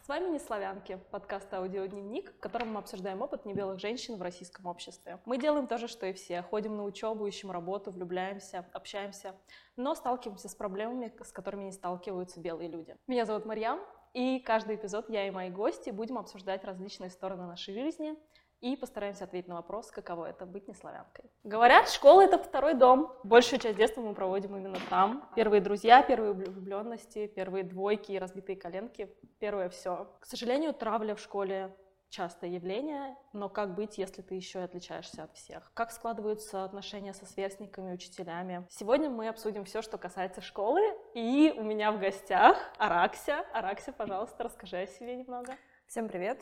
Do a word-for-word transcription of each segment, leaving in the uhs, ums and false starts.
С вами «Неславянки», подкаст «Аудиодневник», в котором мы обсуждаем опыт небелых женщин в российском обществе. Мы делаем то же, что и все. Ходим на учебу, ищем работу, влюбляемся, общаемся, но сталкиваемся с проблемами, с которыми не сталкиваются белые люди. Меня зовут Марьям, и каждый эпизод я и мои гости будем обсуждать различные стороны нашей жизни и постараемся ответить на вопрос, каково это быть неславянкой. Говорят, школа — это второй дом. Большую часть детства мы проводим именно там. Первые друзья, первые влюбленности, первые двойки и разбитые коленки, первое все. К сожалению, травля в школе — частое явление, но как быть, если ты еще и отличаешься от всех? Как складываются отношения со сверстниками, учителями? Сегодня мы обсудим все, что касается школы, и у меня в гостях Аракся. Аракся, пожалуйста, расскажи о себе немного. Всем привет,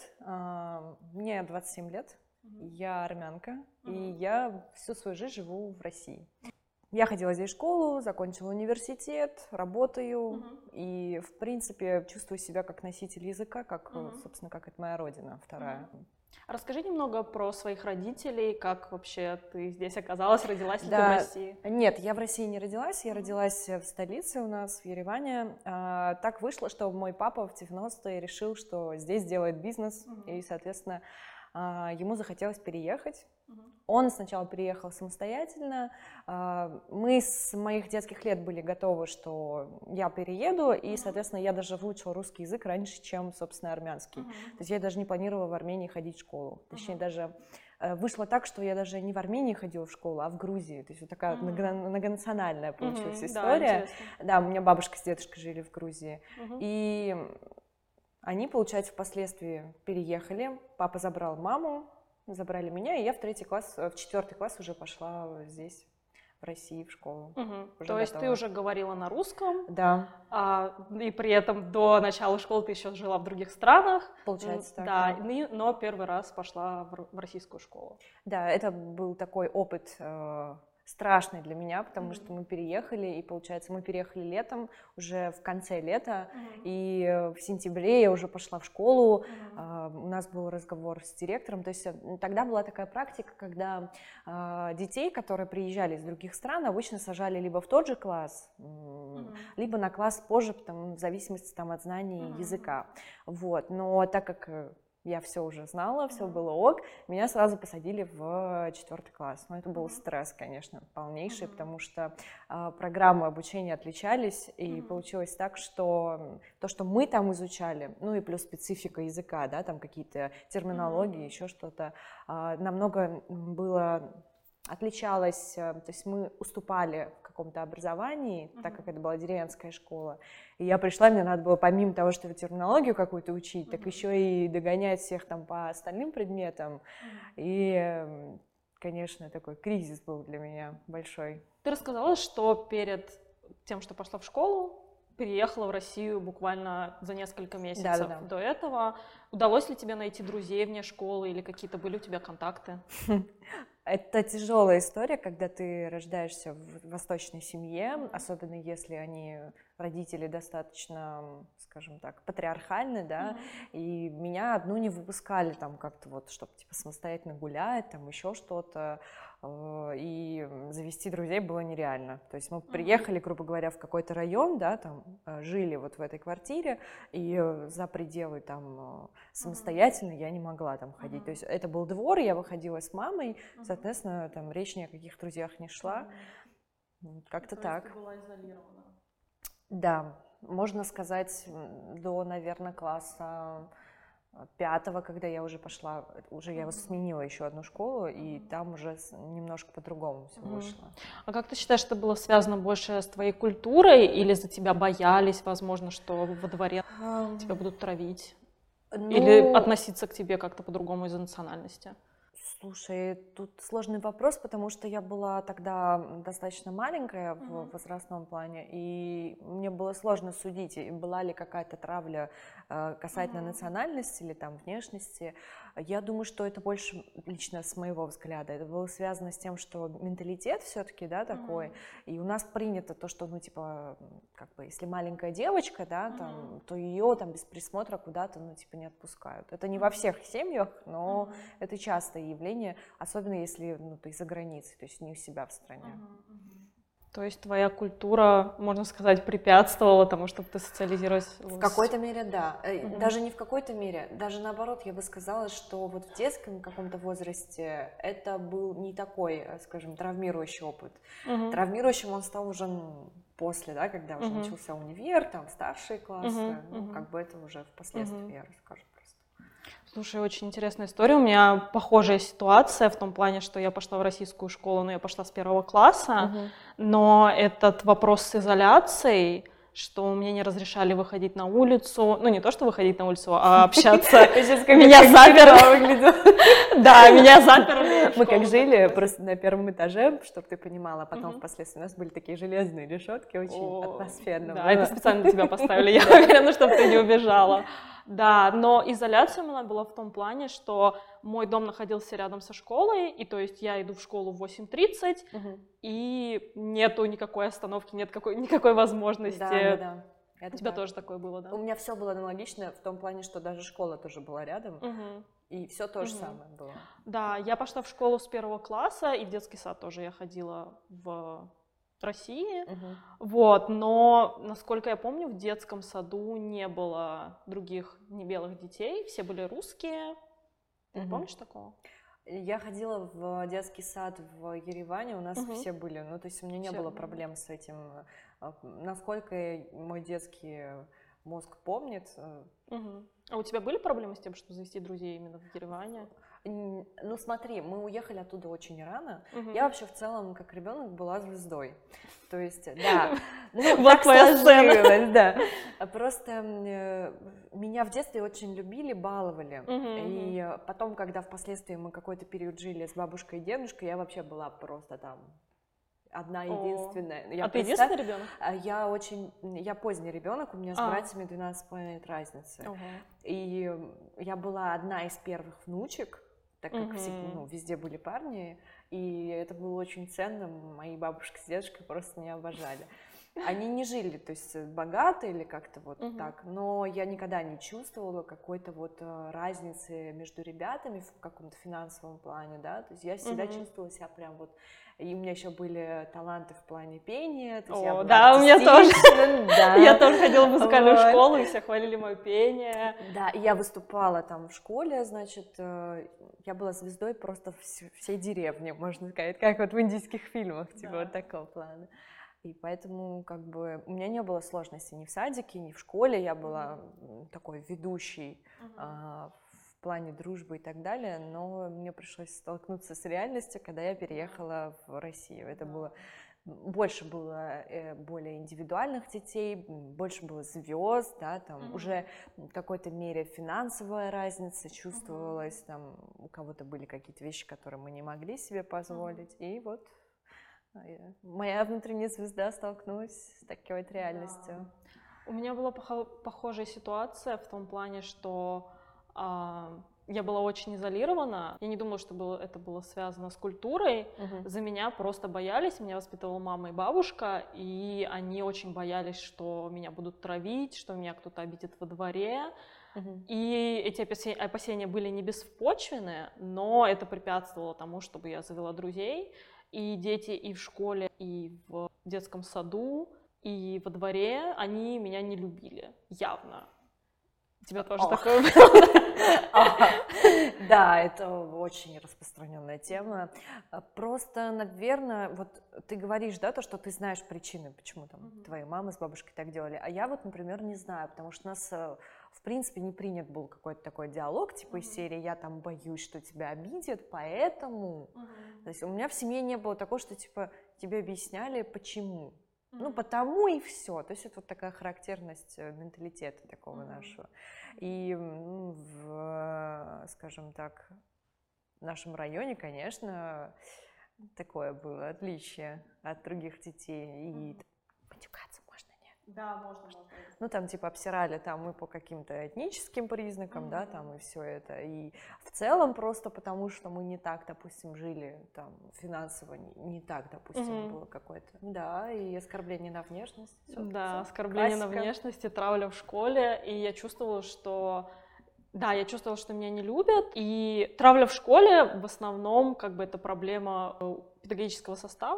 мне двадцать семь лет, mm-hmm. я армянка, mm-hmm. и я всю свою жизнь живу в России. Я ходила здесь в школу, закончила университет, работаю, mm-hmm. и, в принципе, чувствую себя как носитель языка, как, mm-hmm. собственно, как это моя родина, вторая. Mm-hmm. Расскажи немного про своих родителей, как вообще ты здесь оказалась, родилась ли да, ты в России? Нет, я в России не родилась, я родилась в столице у нас, в Ереване. А, так вышло, что мой папа в девяностые решил, что здесь делает бизнес, mm-hmm. и, соответственно, а, ему захотелось переехать. Mm-hmm. Он сначала переехал самостоятельно. А, мы с моих детских лет были готовы, что я перееду, и, соответственно, я даже выучила русский язык раньше, чем, собственно, армянский. Mm-hmm. То есть я даже не планировала в Армении ходить в школу. Точнее, mm-hmm. даже вышло так, что я даже не в Армении ходила в школу, а в Грузии. То есть вот такая mm-hmm. много- многонациональная получилась mm-hmm. история. Да, да, у меня бабушка с дедушкой жили в Грузии. Mm-hmm. И они, получается, впоследствии переехали. Папа забрал маму, забрали меня, и я в третий класс, в четвертый класс уже пошла здесь, в России, в школу. Угу. То есть ты уже говорила на русском, да. а, и при этом до начала школы ты еще жила в других странах. Получается так. Да, да. Но первый раз пошла в российскую школу. Да, это был такой опыт э, страшный для меня, потому mm-hmm. что мы переехали, и, получается, мы переехали летом, уже в конце лета, mm-hmm. и в сентябре я уже пошла в школу, mm-hmm. э, у нас был разговор с директором, то есть тогда была такая практика, когда э, детей, которые приезжали из других стран, обычно сажали либо в тот же класс, mm-hmm. либо на класс позже, потому, в зависимости там, от знаний mm-hmm. языка, вот, но так как я все уже знала, все было ок, меня сразу посадили в четвертый класс. Но это был стресс, конечно, полнейший, mm-hmm. потому что э, программы обучения отличались, и mm-hmm. получилось так, что то, что мы там изучали, ну и плюс специфика языка, да, там какие-то терминологии, mm-hmm. еще что-то, э, намного было отличалось, э, то есть мы уступали в каком-то образовании, mm-hmm. так как это была деревенская школа. И я пришла, мне надо было помимо того, что терминологию какую-то учить, mm-hmm. так еще и догонять всех там по остальным предметам. Mm-hmm. И, конечно, такой кризис был для меня большой. Ты рассказала, что перед тем, что пошла в школу, переехала в Россию буквально за несколько месяцев да, да, да. до этого. Удалось ли тебе найти друзей вне школы или какие-то были у тебя контакты? Это тяжелая история, когда ты рождаешься в восточной семье, особенно если они, родители, достаточно, скажем так, патриархальны, да, mm-hmm. и меня одну не выпускали там как-то вот, чтобы типа самостоятельно гулять, там еще что-то, и завести друзей было нереально. То есть мы mm-hmm. приехали, грубо говоря, в какой-то район, да, там жили вот в этой квартире, и за пределы там самостоятельно mm-hmm. я не могла там ходить. Mm-hmm. То есть это был двор, я выходила с мамой, mm-hmm. соответственно, там речь ни о каких друзьях не шла. Mm-hmm. Как-то То так. Ты была изолирована. Да, можно сказать, до, наверное, класса пятого, когда я уже пошла, уже я сменила еще одну школу, и там уже немножко по-другому все mm-hmm. вышло. А как ты считаешь, это было связано больше с твоей культурой, или за тебя боялись, возможно, что во дворе um... тебя будут травить? Ну... Или относиться к тебе как-то по-другому из-за национальности? Слушай, тут сложный вопрос, потому что я была тогда достаточно маленькая mm-hmm. в возрастном плане, и мне было сложно судить, была ли какая-то травля э, касательно mm-hmm. национальности или там внешности. Я думаю, что это больше лично с моего взгляда. Это было связано с тем, что менталитет все-таки, да, такой, mm-hmm. и у нас принято то, что, ну, типа, как бы, если маленькая девочка, да, там, mm-hmm. то ее там без присмотра куда-то, ну, типа, не отпускают. Это не во всех семьях, но mm-hmm. это частое явление, особенно если, ну, ты за границей, то есть не у себя в стране. Uh-huh, uh-huh. То есть твоя культура, можно сказать, препятствовала тому, чтобы ты социализировалась? В какой-то мере, да. Угу. Даже не в какой-то мере. Даже наоборот, я бы сказала, что вот в детском каком-то возрасте это был не такой, скажем, травмирующий опыт. Угу. Травмирующим он стал уже после, да, когда уже угу. начался универ, там, старшие классы. Угу. Ну, угу. как бы это уже впоследствии угу. я расскажу. Слушай, очень интересная история. У меня похожая ситуация в том плане, что я пошла в российскую школу, но я пошла с первого класса, Угу. но этот вопрос с изоляцией, что мне не разрешали выходить на улицу, ну не то, что выходить на улицу, а общаться. Меня заперли. Да, меня заперли. Мы как жили просто на первом этаже, чтобы ты понимала, потом впоследствии у нас были такие железные решетки, очень атмосферно. Да, это специально тебя поставили, я уверена, чтобы ты не убежала. Да, но изоляция моя была в том плане, что мой дом находился рядом со школой, и то есть я иду в школу в восемь тридцать, угу. и нету никакой остановки, нет какой, никакой возможности. Да, да, да. Это У тебя так. тоже такое было, да? У меня все было аналогично в том плане, что даже школа тоже была рядом, угу. и все то же угу. самое было. Да, я пошла в школу с первого класса, и в детский сад тоже я ходила в России, uh-huh. вот, но, насколько я помню, в детском саду не было других небелых детей, все были русские. Ты uh-huh. помнишь такого? Я ходила в детский сад в Ереване, у нас uh-huh. все были, ну, то есть у меня не все. было проблем с этим. Насколько мой детский мозг помнит. Uh-huh. А у тебя были проблемы с тем, чтобы завести друзей именно в Ереване? Ну смотри, мы уехали оттуда очень рано. Угу. Я вообще в целом, как ребенок, была звездой. То есть, да. Ну, вот твоя сцена. Да. Просто меня в детстве очень любили, баловали. Угу, и угу. потом, когда впоследствии мы какой-то период жили с бабушкой и дедушкой, я вообще была просто там одна единственная. Я а ты единственный ребенок? Я очень, я поздний ребенок, у меня с а. братьями двенадцать с половиной лет разницы. Угу. И я была одна из первых внучек, так как угу. все, ну, везде были парни, и это было очень ценно, мои бабушка с дедушкой просто меня обожали. Они не жили, то есть богато или как-то вот угу. так, но я никогда не чувствовала какой-то вот разницы между ребятами в каком-то финансовом плане, да, то есть я всегда угу. чувствовала себя прям вот, и у меня еще были таланты в плане пения, то есть О, я была да, у меня тоже, да. Я тоже ходила в музыкальную вот. школу, и все хвалили мое пение. Да, и я выступала там в школе, значит, я была звездой просто всей деревни, можно сказать, как вот в индийских фильмах, типа да. вот такого плана. И поэтому как бы у меня не было сложностей ни в садике, ни в школе, я была mm-hmm. такой ведущей mm-hmm. а, в плане дружбы и так далее, но мне пришлось столкнуться с реальностью, когда я переехала в Россию. Это было больше было э, более индивидуальных детей, больше было звезд, да, там mm-hmm. уже в какой-то мере финансовая разница чувствовалась, mm-hmm. там у кого-то были какие-то вещи, которые мы не могли себе позволить, mm-hmm. и вот моя внутренняя звезда столкнулась с такой вот реальностью. Да. У меня была похожая ситуация в том плане, что а, я была очень изолирована. Я не думала, что было, это было связано с культурой. Угу. За меня просто боялись. Меня воспитывала мама и бабушка, и они очень боялись, что меня будут травить, что меня кто-то обидит во дворе. Угу. И эти опасения были не беспочвенные, но это препятствовало тому, чтобы я завела друзей. И дети и в школе, и в детском саду, и во дворе, они меня не любили, явно. У тебя тоже такое было? Да, это очень распространенная тема. Просто, наверное, вот ты говоришь, да, то, что ты знаешь причины, почему там твои мамы с бабушкой так делали, а я вот, например, не знаю, потому что у нас, в принципе, не принят был какой-то такой диалог, типа из серии «я там боюсь, что тебя обидят, поэтому...» То есть у меня в семье не было такого, что, типа, тебе объясняли, почему. Ну, потому и все. То есть это вот такая характерность менталитета такого mm-hmm. нашего. И в, скажем так, в нашем районе, конечно, такое было отличие от других детей. И mm-hmm. матюкаться можно, нет? Да, можно, можно. Ну, там, типа, обсирали там мы по каким-то этническим признакам, mm-hmm. да, там, и все это. И в целом просто потому, что мы не так, допустим, жили, там, финансово не, не так, допустим, mm-hmm. было какое-то. Да, и оскорбление на внешность. Всё, да, всё. оскорбление Классика. На внешность и травля в школе, и я чувствовала, что... Да, я чувствовала, что меня не любят, и травля в школе в основном, как бы, это проблема педагогического состава.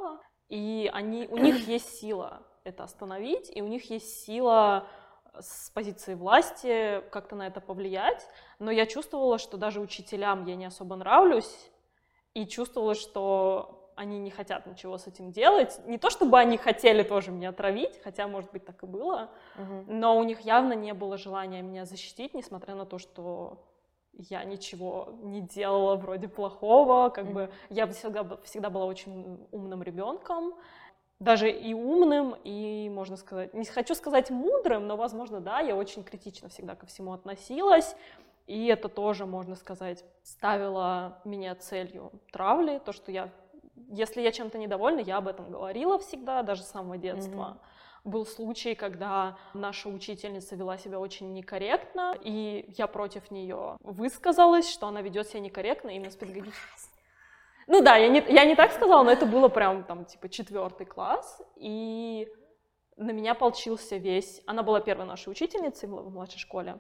и они, у них есть сила это остановить, и у них есть сила с позиции власти как-то на это повлиять, но я чувствовала, что даже учителям я не особо нравлюсь, и чувствовала, что они не хотят ничего с этим делать. Не то чтобы они хотели тоже меня отравить, хотя, может быть, так и было, угу. но у них явно не было желания меня защитить, несмотря на то, что я ничего не делала вроде плохого, как угу. бы я всегда, всегда была очень умным ребенком, даже и умным, и, можно сказать, не хочу сказать мудрым, но, возможно, да, я очень критично всегда ко всему относилась, и это тоже, можно сказать, ставило меня целью травли, то, что я, если я чем-то недовольна, я об этом говорила всегда, даже с самого детства. Mm-hmm. Был случай, когда наша учительница вела себя очень некорректно, и я против нее высказалась, что она ведет себя некорректно именно с педагогическим. Ну да, я не, я не так сказала, но это было прям там типа четвертый класс, и на меня ополчился весь... Она была первой нашей учительницей в младшей школе,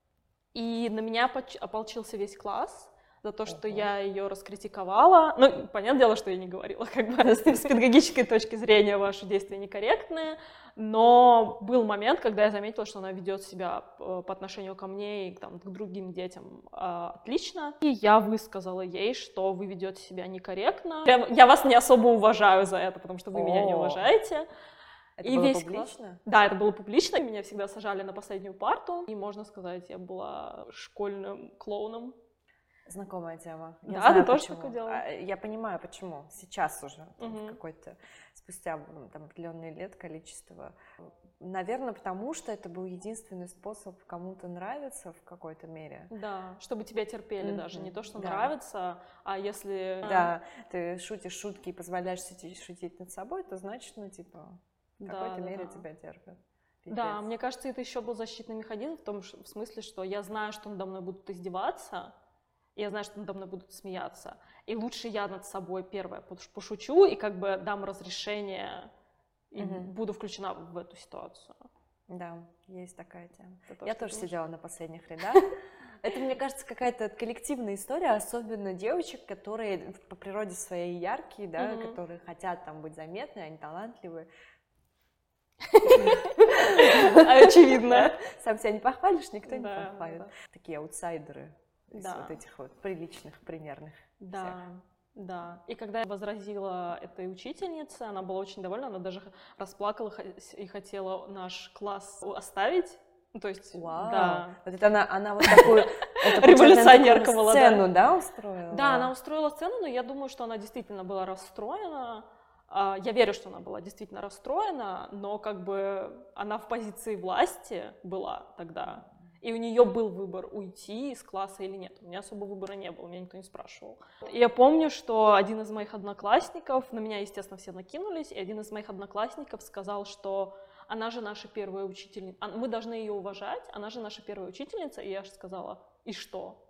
и на меня ополчился весь класс за то, что uh-huh. я ее раскритиковала. Ну, понятное дело, что я не говорила, как бы с педагогической точки зрения ваши действия некорректные, но был момент, когда я заметила, что она ведет себя по отношению ко мне и там, к другим детям э, отлично, и я высказала ей, что вы ведете себя некорректно. Я, я вас не особо уважаю за это, потому что вы oh. меня не уважаете. Это и было весь публично? Класс... Да, это было публично. Меня всегда сажали на последнюю парту. И, можно сказать, я была школьным клоуном. Знакомая тема. Я да, ты тоже такое делала? Я понимаю, почему. Сейчас уже, там, угу. в какой-то, спустя там, определенные лет, количество. Наверное, потому что это был единственный способ кому-то нравиться в какой-то мере. Да, чтобы тебя терпели mm-hmm. даже. Не то, что да. нравится, а если... Да, ты шутишь шутки и позволяешь шутить над собой, то значит, ну, типа, в да, какой-то да, мере да. тебя терпят. Пипец. Да, мне кажется, это еще был защитный механизм в том в смысле, что я знаю, что надо мной будут издеваться, я знаю, что надо мной будут смеяться, и лучше я над собой первое пошучу и как бы дам разрешение и угу. буду включена в эту ситуацию. Да, есть такая тема. Ты я тоже думаешь? Сидела на последних рядах. Это, мне кажется, какая-то коллективная история, особенно девочек, которые по природе своей яркие, да, которые хотят там быть заметны, они талантливые. Очевидно. Сам себя не похвалишь, никто не похвалит. Такие аутсайдеры. Из да. вот этих вот приличных, примерных. Да, всех. да. И когда я возразила этой учительнице, она была очень довольна, она даже расплакалась и хотела наш класс оставить. Ну, то есть, Вау. Да. Вот это она, она вот такую революционерка была, сцену, да, устроила? Да, она устроила сцену, но я думаю, что она действительно была расстроена. Я верю, что она была действительно расстроена, но как бы она в позиции власти была тогда. И у нее был выбор, уйти из класса или нет. У меня особо выбора не было, меня никто не спрашивал. И я помню, что один из моих одноклассников, на меня, естественно, все накинулись, и один из моих одноклассников сказал, что она же наша первая учительница, мы должны ее уважать, она же наша первая учительница. И я же сказала, и что?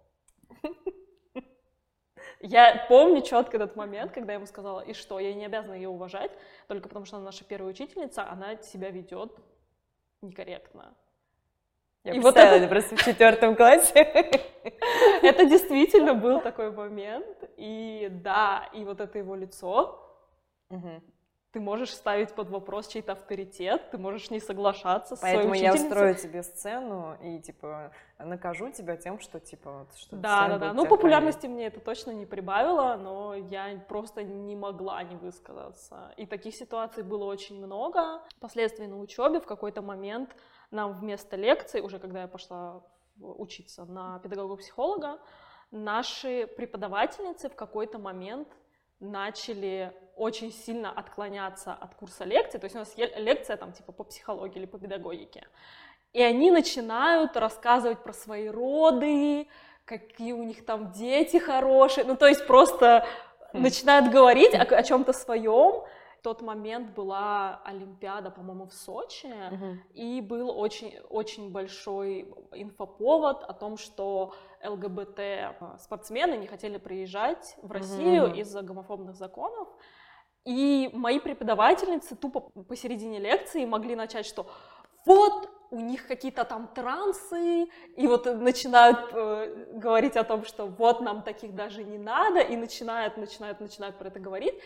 Я помню четко этот момент, когда я ему сказала, и что? Я не обязана ее уважать, только потому что она наша первая учительница, она себя ведет некорректно. Я и представила вот это просто в четвертом классе. Это действительно был такой момент. И да, и вот это его лицо. Угу. Ты можешь ставить под вопрос чей-то авторитет, ты можешь не соглашаться с своей учительницей. Поэтому я устрою тебе сцену и, типа, накажу тебя тем, что, типа... Что да, да, да. Ну, популярности мне это точно не прибавило, но я просто не могла не высказаться. И таких ситуаций было очень много. Впоследствии на учебе в какой-то момент нам вместо лекций, уже когда я пошла учиться на педагога-психолога, наши преподавательницы в какой-то момент начали очень сильно отклоняться от курса лекций, то есть у нас лекция там типа по психологии или по педагогике, и они начинают рассказывать про свои роды, какие у них там дети хорошие, ну то есть просто хм. начинают говорить о, о чем-то своем. В тот момент была Олимпиада, по-моему, в Сочи, uh-huh. и был очень, очень большой инфоповод о том, что ЛГБТ-спортсмены не хотели приезжать в Россию uh-huh. из-за гомофобных законов. И мои преподавательницы тупо посередине лекции могли начать, что вот у них какие-то там трансы, и вот начинают э, говорить о том, что вот нам таких даже не надо, и начинают, начинают, начинают про это говорить.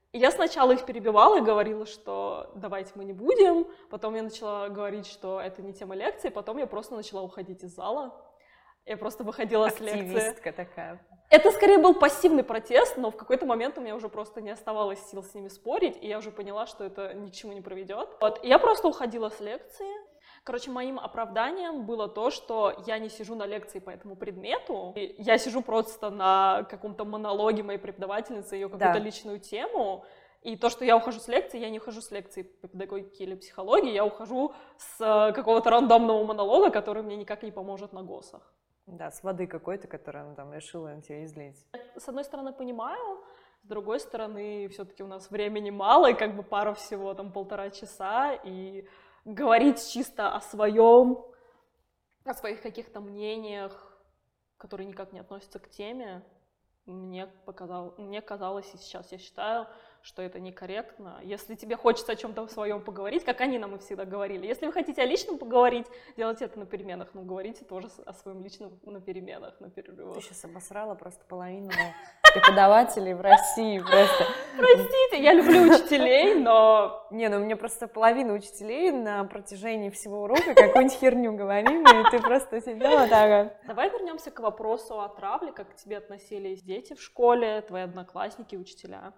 И я сначала их перебивала и говорила, что давайте мы не будем, потом я начала говорить, что это не тема лекции, потом я просто начала уходить из зала, я просто выходила с лекции. Активистка такая. Это скорее был пассивный протест, но в какой-то момент у меня уже просто не оставалось сил с ними спорить, и я уже поняла, что это ни к чему не приведет. Вот. И я просто уходила с лекции. Короче, моим оправданием было то, что я не сижу на лекции по этому предмету, и я сижу просто на каком-то монологе моей преподавательницы, ее какую-то Да. личную тему, и то, что я ухожу с лекции, я не ухожу с лекции по педагогике или психологии, я ухожу с какого-то рандомного монолога, который мне никак не поможет на ГОСах. Да, с воды какой-то, которую она там решила на тебя излить. С одной стороны, понимаю, с другой стороны, все-таки у нас времени мало, и как бы пара всего там полтора часа, и говорить чисто о своем, о своих каких-то мнениях, которые никак не относятся к теме, мне показал, мне казалось, и сейчас я считаю, что это некорректно. Если тебе хочется о чем-то своем поговорить, как они нам и всегда говорили, если вы хотите о личном поговорить, делайте это на переменах, но говорите тоже о своем личном на переменах, на перерывах. Ты сейчас обосрала просто половину преподавателей в России просто. Простите, я люблю учителей, но... Не, ну мне просто половина учителей на протяжении всего урока какую-нибудь херню говорили, и ты просто сидела так. Давай вернемся к вопросу о травле, как к тебе относились дети в школе, твои одноклассники, учителя.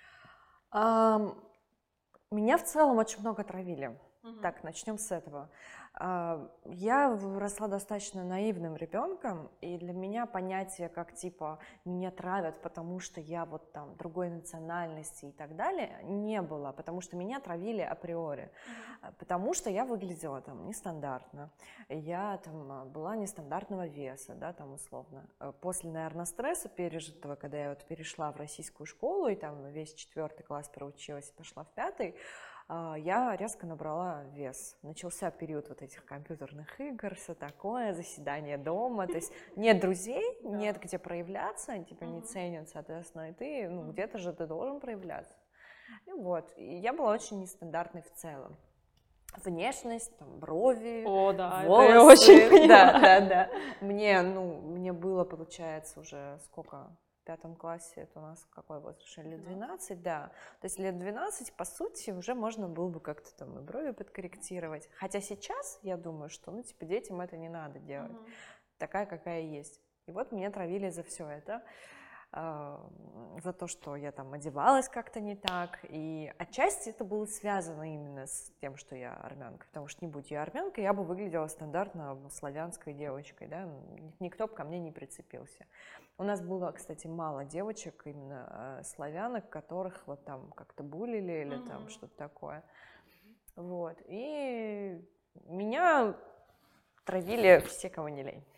Um, меня в целом очень много травили. Угу. Так, начнем с этого. Uh, я росла достаточно наивным ребенком, и для меня понятие как типа меня травят, потому что я вот там другой национальности и так далее, не было, потому что меня травили априори, uh-huh. потому что я выглядела там нестандартно, я там была нестандартного веса, да, там условно. После, наверное, стресса пережитого, когда я вот перешла в российскую школу и там весь четвертый класс проучилась и пошла в пятый, я резко набрала вес. Начался период вот этих компьютерных игр, все такое, заседание дома, то есть нет друзей, да. Нет где проявляться, типа не ценят, соответственно, и ты, ну, где-то же ты должен проявляться. И вот, и я была очень нестандартной в целом. Внешность, там, брови, О, да, волосы. Это я очень понимаю. Да, да, да. Мне, ну, мне было, получается, уже сколько... В пятом классе, это у нас какой возраст? Лет двенадцать, да. То есть лет двенадцать, по сути, уже можно было бы как-то там и брови подкорректировать. Хотя сейчас я думаю, что, ну, типа, детям это не надо делать. Mm-hmm. Такая, какая есть. И вот меня травили за все это. За то, что я там одевалась как-то не так, и отчасти это было связано именно с тем, что я армянка, потому что не будь я армянкой, я бы выглядела стандартно славянской девочкой, да, никто бы ко мне не прицепился. У нас было, кстати, мало девочек, именно славянок, которых вот там как-то булили или mm-hmm. там что-то такое, вот, и меня травили все, кого не лень.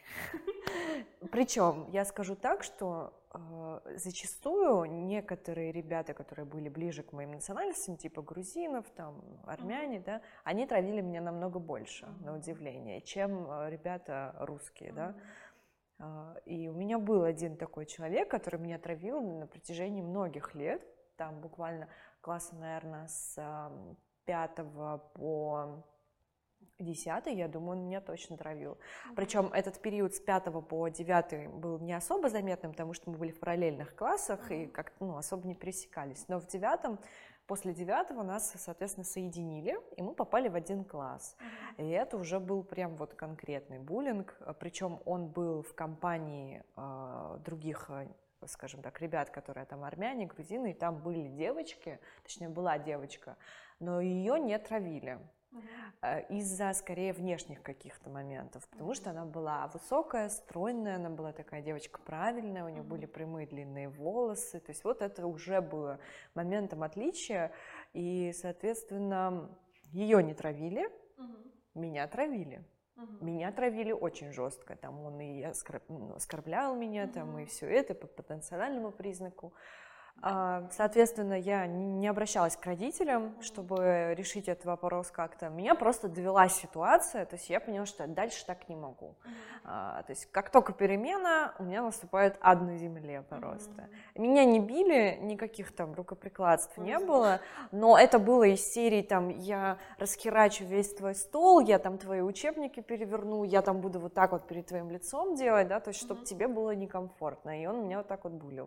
Причем я скажу так, что э, зачастую некоторые ребята, которые были ближе к моим национальностям, типа грузинов, там, армяне, mm-hmm. да, они травили меня намного больше, mm-hmm. на удивление, чем э, ребята русские, mm-hmm. да. Э, и у меня был один такой человек, который меня травил на протяжении многих лет, там буквально класса, наверное, с э, пятого по... десятый, я думаю, он меня точно травил. Причем этот период с пятого по девятый был не особо заметным, потому что мы были в параллельных классах и как-то, ну, особо не пересекались. Но в девятом, после девятого нас, соответственно, соединили, и мы попали в один класс. И это уже был прям вот конкретный буллинг. Причем он был в компании э, других, скажем так, ребят, которые там армяне, грузины, и там были девочки, точнее, была девочка, но ее не травили. Uh-huh. Из-за, скорее, внешних каких-то моментов, потому uh-huh. что она была высокая, стройная, она была такая девочка правильная, у нее uh-huh. были прямые длинные волосы, то есть вот это уже было моментом отличия, и, соответственно, ее не травили, uh-huh. меня травили. Uh-huh. Меня травили очень жестко, там он и оскорблял меня, uh-huh. там и все это по потенциальному признаку. Соответственно, я не обращалась к родителям, чтобы решить этот вопрос как-то. Меня просто довела ситуация, то есть я поняла, что дальше так не могу. Mm-hmm. То есть как только перемена, у меня наступает ад на земле просто. Mm-hmm. Меня не били, никаких там рукоприкладств mm-hmm. не было, но это было из серии там я расхерачу весь твой стол, я там твои учебники переверну, я там буду вот так вот перед твоим лицом делать, да, то есть чтобы mm-hmm. тебе было некомфортно, и он меня вот так вот булил.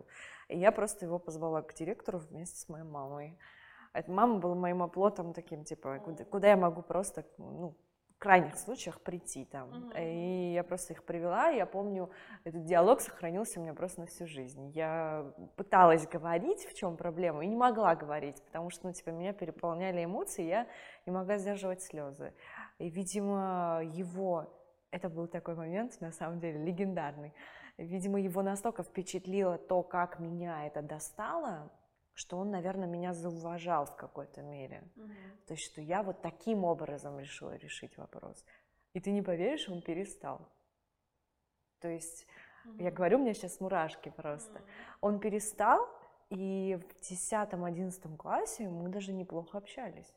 И я просто его позвала к директору вместе с моей мамой. Эта мама была моим оплотом таким, типа, куда, куда я могу просто, ну, в крайних случаях прийти там. Mm-hmm. И я просто их привела, и я помню, этот диалог сохранился у меня просто на всю жизнь. Я пыталась говорить, в чем проблема, и не могла говорить, потому что, ну, типа, меня переполняли эмоции, и я не могла сдерживать слезы. И, видимо, его, это был такой момент, на самом деле, легендарный, видимо, его настолько впечатлило то, как меня это достало, что он, наверное, меня зауважал в какой-то мере. Uh-huh. То есть, что я вот таким образом решила решить вопрос. И ты не поверишь, он перестал. То есть, uh-huh. я говорю, у меня сейчас мурашки просто. Uh-huh. Он перестал, и в десятом-одиннадцатом классе мы даже неплохо общались.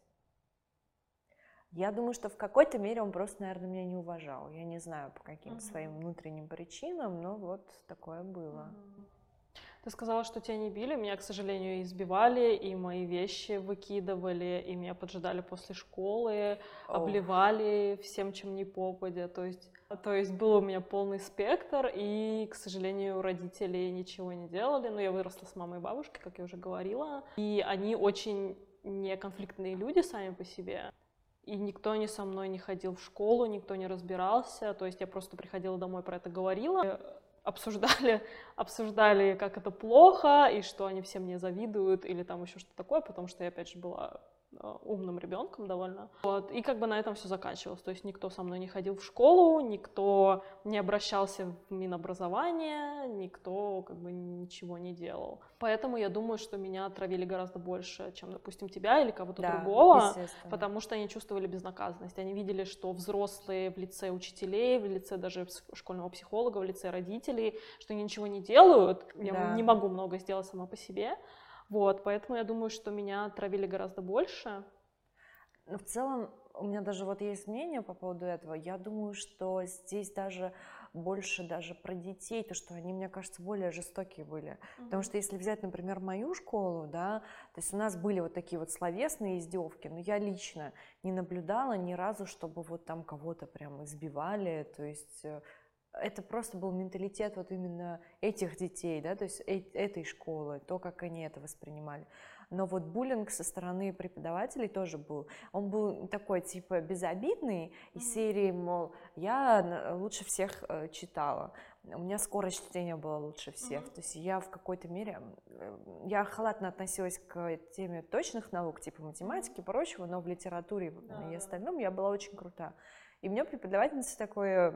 Я думаю, что в какой-то мере он просто, наверное, меня не уважал. Я не знаю, по каким uh-huh. своим внутренним причинам, но вот такое было. Uh-huh. Ты сказала, что тебя не били, меня, к сожалению, избивали, и мои вещи выкидывали, и меня поджидали после школы, oh. обливали всем, чем ни попадя, то есть, то есть был у меня полный спектр, и, к сожалению, родители ничего не делали, но я выросла с мамой и бабушкой, как я уже говорила, и они очень неконфликтные люди сами по себе. И никто не со мной не ходил в школу, никто не разбирался, то есть я просто приходила домой, про это говорила, обсуждали, обсуждали, как это плохо, и что они все мне завидуют, или там еще что-то такое, потому что я, опять же, была умным ребенком довольно. Вот. И как бы на этом все заканчивалось. То есть никто со мной не ходил в школу, никто не обращался в Минобразование, никто как бы ничего не делал. Поэтому я думаю, что меня отравили гораздо больше, чем, допустим, тебя или кого-то да, другого, потому что они чувствовали безнаказанность. Они видели, что взрослые в лице учителей, в лице даже школьного психолога, в лице родителей, что они ничего не делают. Я да. не могу много сделать сама по себе. Вот, поэтому я думаю, что меня травили гораздо больше. Но в целом у меня даже вот есть мнение по поводу этого. Я думаю, что здесь даже больше даже про детей, то, что они, мне кажется, более жестокие были. Mm-hmm. Потому что если взять, например, мою школу, да, то есть у нас были вот такие вот словесные издевки, но я лично не наблюдала ни разу, чтобы вот там кого-то прям избивали, то есть... Это просто был менталитет вот именно этих детей, да, то есть э- этой школы, то, как они это воспринимали. Но вот буллинг со стороны преподавателей тоже был. Он был такой, типа, безобидный, из mm-hmm. серии, мол, я лучше всех э, читала, у меня скорость чтения была лучше всех. Mm-hmm. То есть я в какой-то мере, я халатно относилась к теме точных наук, типа математики и прочего, но в литературе mm-hmm. и остальном я была очень крута. И мне преподавательница такое,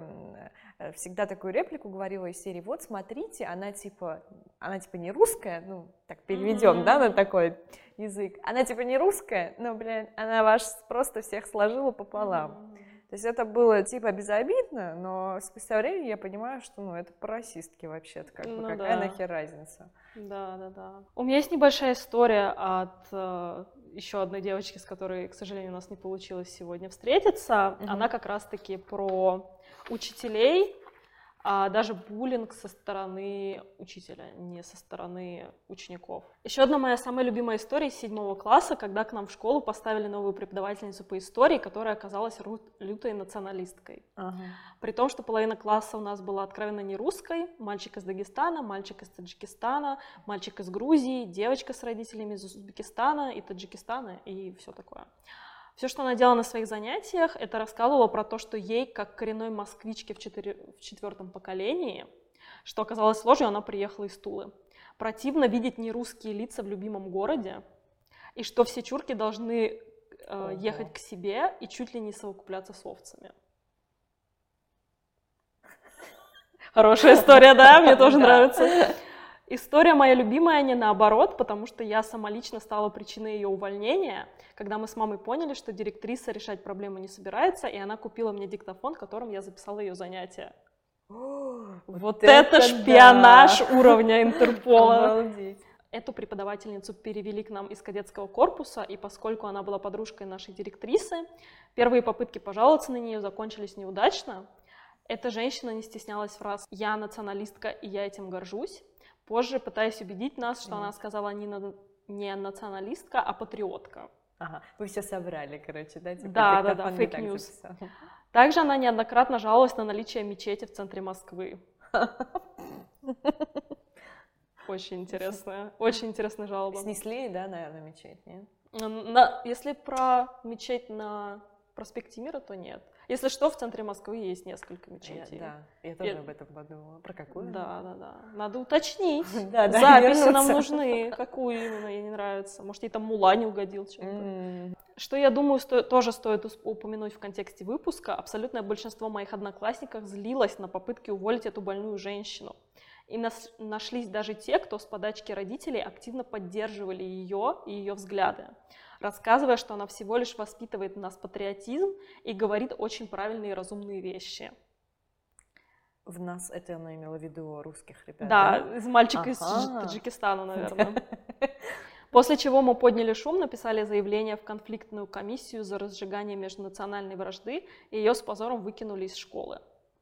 всегда такую реплику говорила из серии: вот смотрите, она типа, она типа не русская, ну так переведем, mm-hmm. да, на такой язык, она типа не русская, но, блин, она вас просто всех сложила пополам. Mm-hmm. То есть это было типа безобидно, но спустя время я понимаю, что ну это по-расистски вообще-то, как бы, ну, какая да. нахер разница. Да, да, да. У меня есть небольшая история от э, еще одной девочки, с которой, к сожалению, у нас не получилось сегодня встретиться. Mm-hmm. Она как раз-таки про учителей, а даже буллинг со стороны учителя, не со стороны учеников. Еще одна моя самая любимая история из седьмого класса, когда к нам в школу поставили новую преподавательницу по истории, которая оказалась ру- лютой националисткой. Uh-huh. При том, что половина класса у нас была откровенно не русской, мальчик из Дагестана, мальчик из Таджикистана, мальчик из Грузии, девочка с родителями из Узбекистана и Таджикистана и все такое. Все, что она делала на своих занятиях, это рассказывала про то, что ей, как коренной москвичке в, четыре, в четвертом поколении, что оказалось ложью, она приехала из Тулы. Противно видеть нерусские лица в любимом городе, и что все чурки должны э, ехать к себе и чуть ли не совокупляться с овцами. Хорошая история, да? Мне тоже нравится. История моя любимая не наоборот, потому что я сама лично стала причиной ее увольнения, когда мы с мамой поняли, что директриса решать проблемы не собирается, и она купила мне диктофон, которым я записала ее занятия. О, вот, вот это, это шпионаж да. уровня Интерпола. Обалдеть. Эту преподавательницу перевели к нам из кадетского корпуса, и поскольку она была подружкой нашей директрисы, первые попытки пожаловаться на нее закончились неудачно. Эта женщина не стеснялась фраз «я националистка, и я этим горжусь». Позже, пытаясь убедить нас, что mm. она сказала не, на, не националистка, а патриотка. Ага, вы все собрали, короче, да? Типа, да, да, да, фейк-ньюс. Также она неоднократно жаловалась на наличие мечети в центре Москвы. Очень интересная, очень интересная жалоба. Снесли, да, наверное, мечеть, нет? На, если про мечеть на проспекте Мира, то нет. Если что, в центре Москвы есть несколько мечетей. Я, да, я тоже я... об этом подумала. Про какую? Да, да, да. Надо уточнить. да, да, записи вернуться. Нам нужны. Какую именно, ей не нравится. Может, ей там мула не угодил чем-то. Mm. Что, я думаю, сто... тоже стоит упомянуть в контексте выпуска. Абсолютное большинство моих одноклассников злилось на попытки уволить эту больную женщину. И нас... нашлись даже те, кто с подачки родителей активно поддерживали ее и ее взгляды, рассказывая, что она всего лишь воспитывает в нас патриотизм и говорит очень правильные и разумные вещи. В нас это она имела в виду русских ребят, да? Да, из мальчика ага. из Таджикистана, наверное. После чего мы подняли шум, написали заявление в конфликтную комиссию за разжигание межнациональной вражды, и ее с позором выкинули из школы.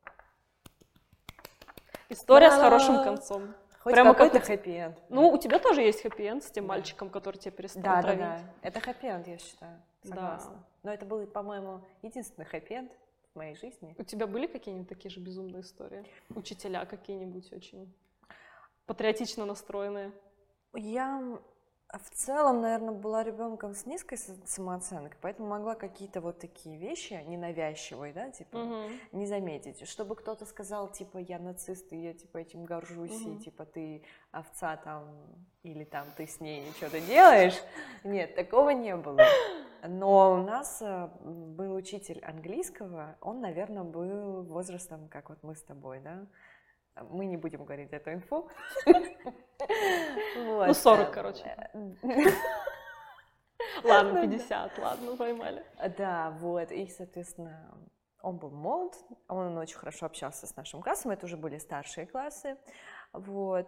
История с хорошим концом. Хоть Прямо какой-то как... хэппи-энд. Ну, у тебя тоже есть хэппи-энд с тем да. мальчиком, который тебя перестал да, травить. Да, да, это хэппи-энд, я считаю. Согласна. Да. Но это был, по-моему, единственный хэппи-энд в моей жизни. У тебя были какие-нибудь такие же безумные истории? Учителя какие-нибудь очень патриотично настроенные? Я в целом, наверное, была ребенком с низкой самооценкой, поэтому могла какие-то вот такие вещи ненавязчивые, да, типа, угу. не заметить. Чтобы кто-то сказал, типа, я нацист, и я, типа, этим горжусь, угу. и, типа, ты овца там, или там ты с ней что-то делаешь. Нет, такого не было. Но у нас был учитель английского, он, наверное, был возрастом, как вот мы с тобой, да. Мы не будем говорить эту инфу. Ну, сорок, короче. Ладно, пятьдесят, ладно, поймали. Да, вот, и, соответственно, он был молод, он очень хорошо общался с нашим классом, это уже были старшие классы, вот,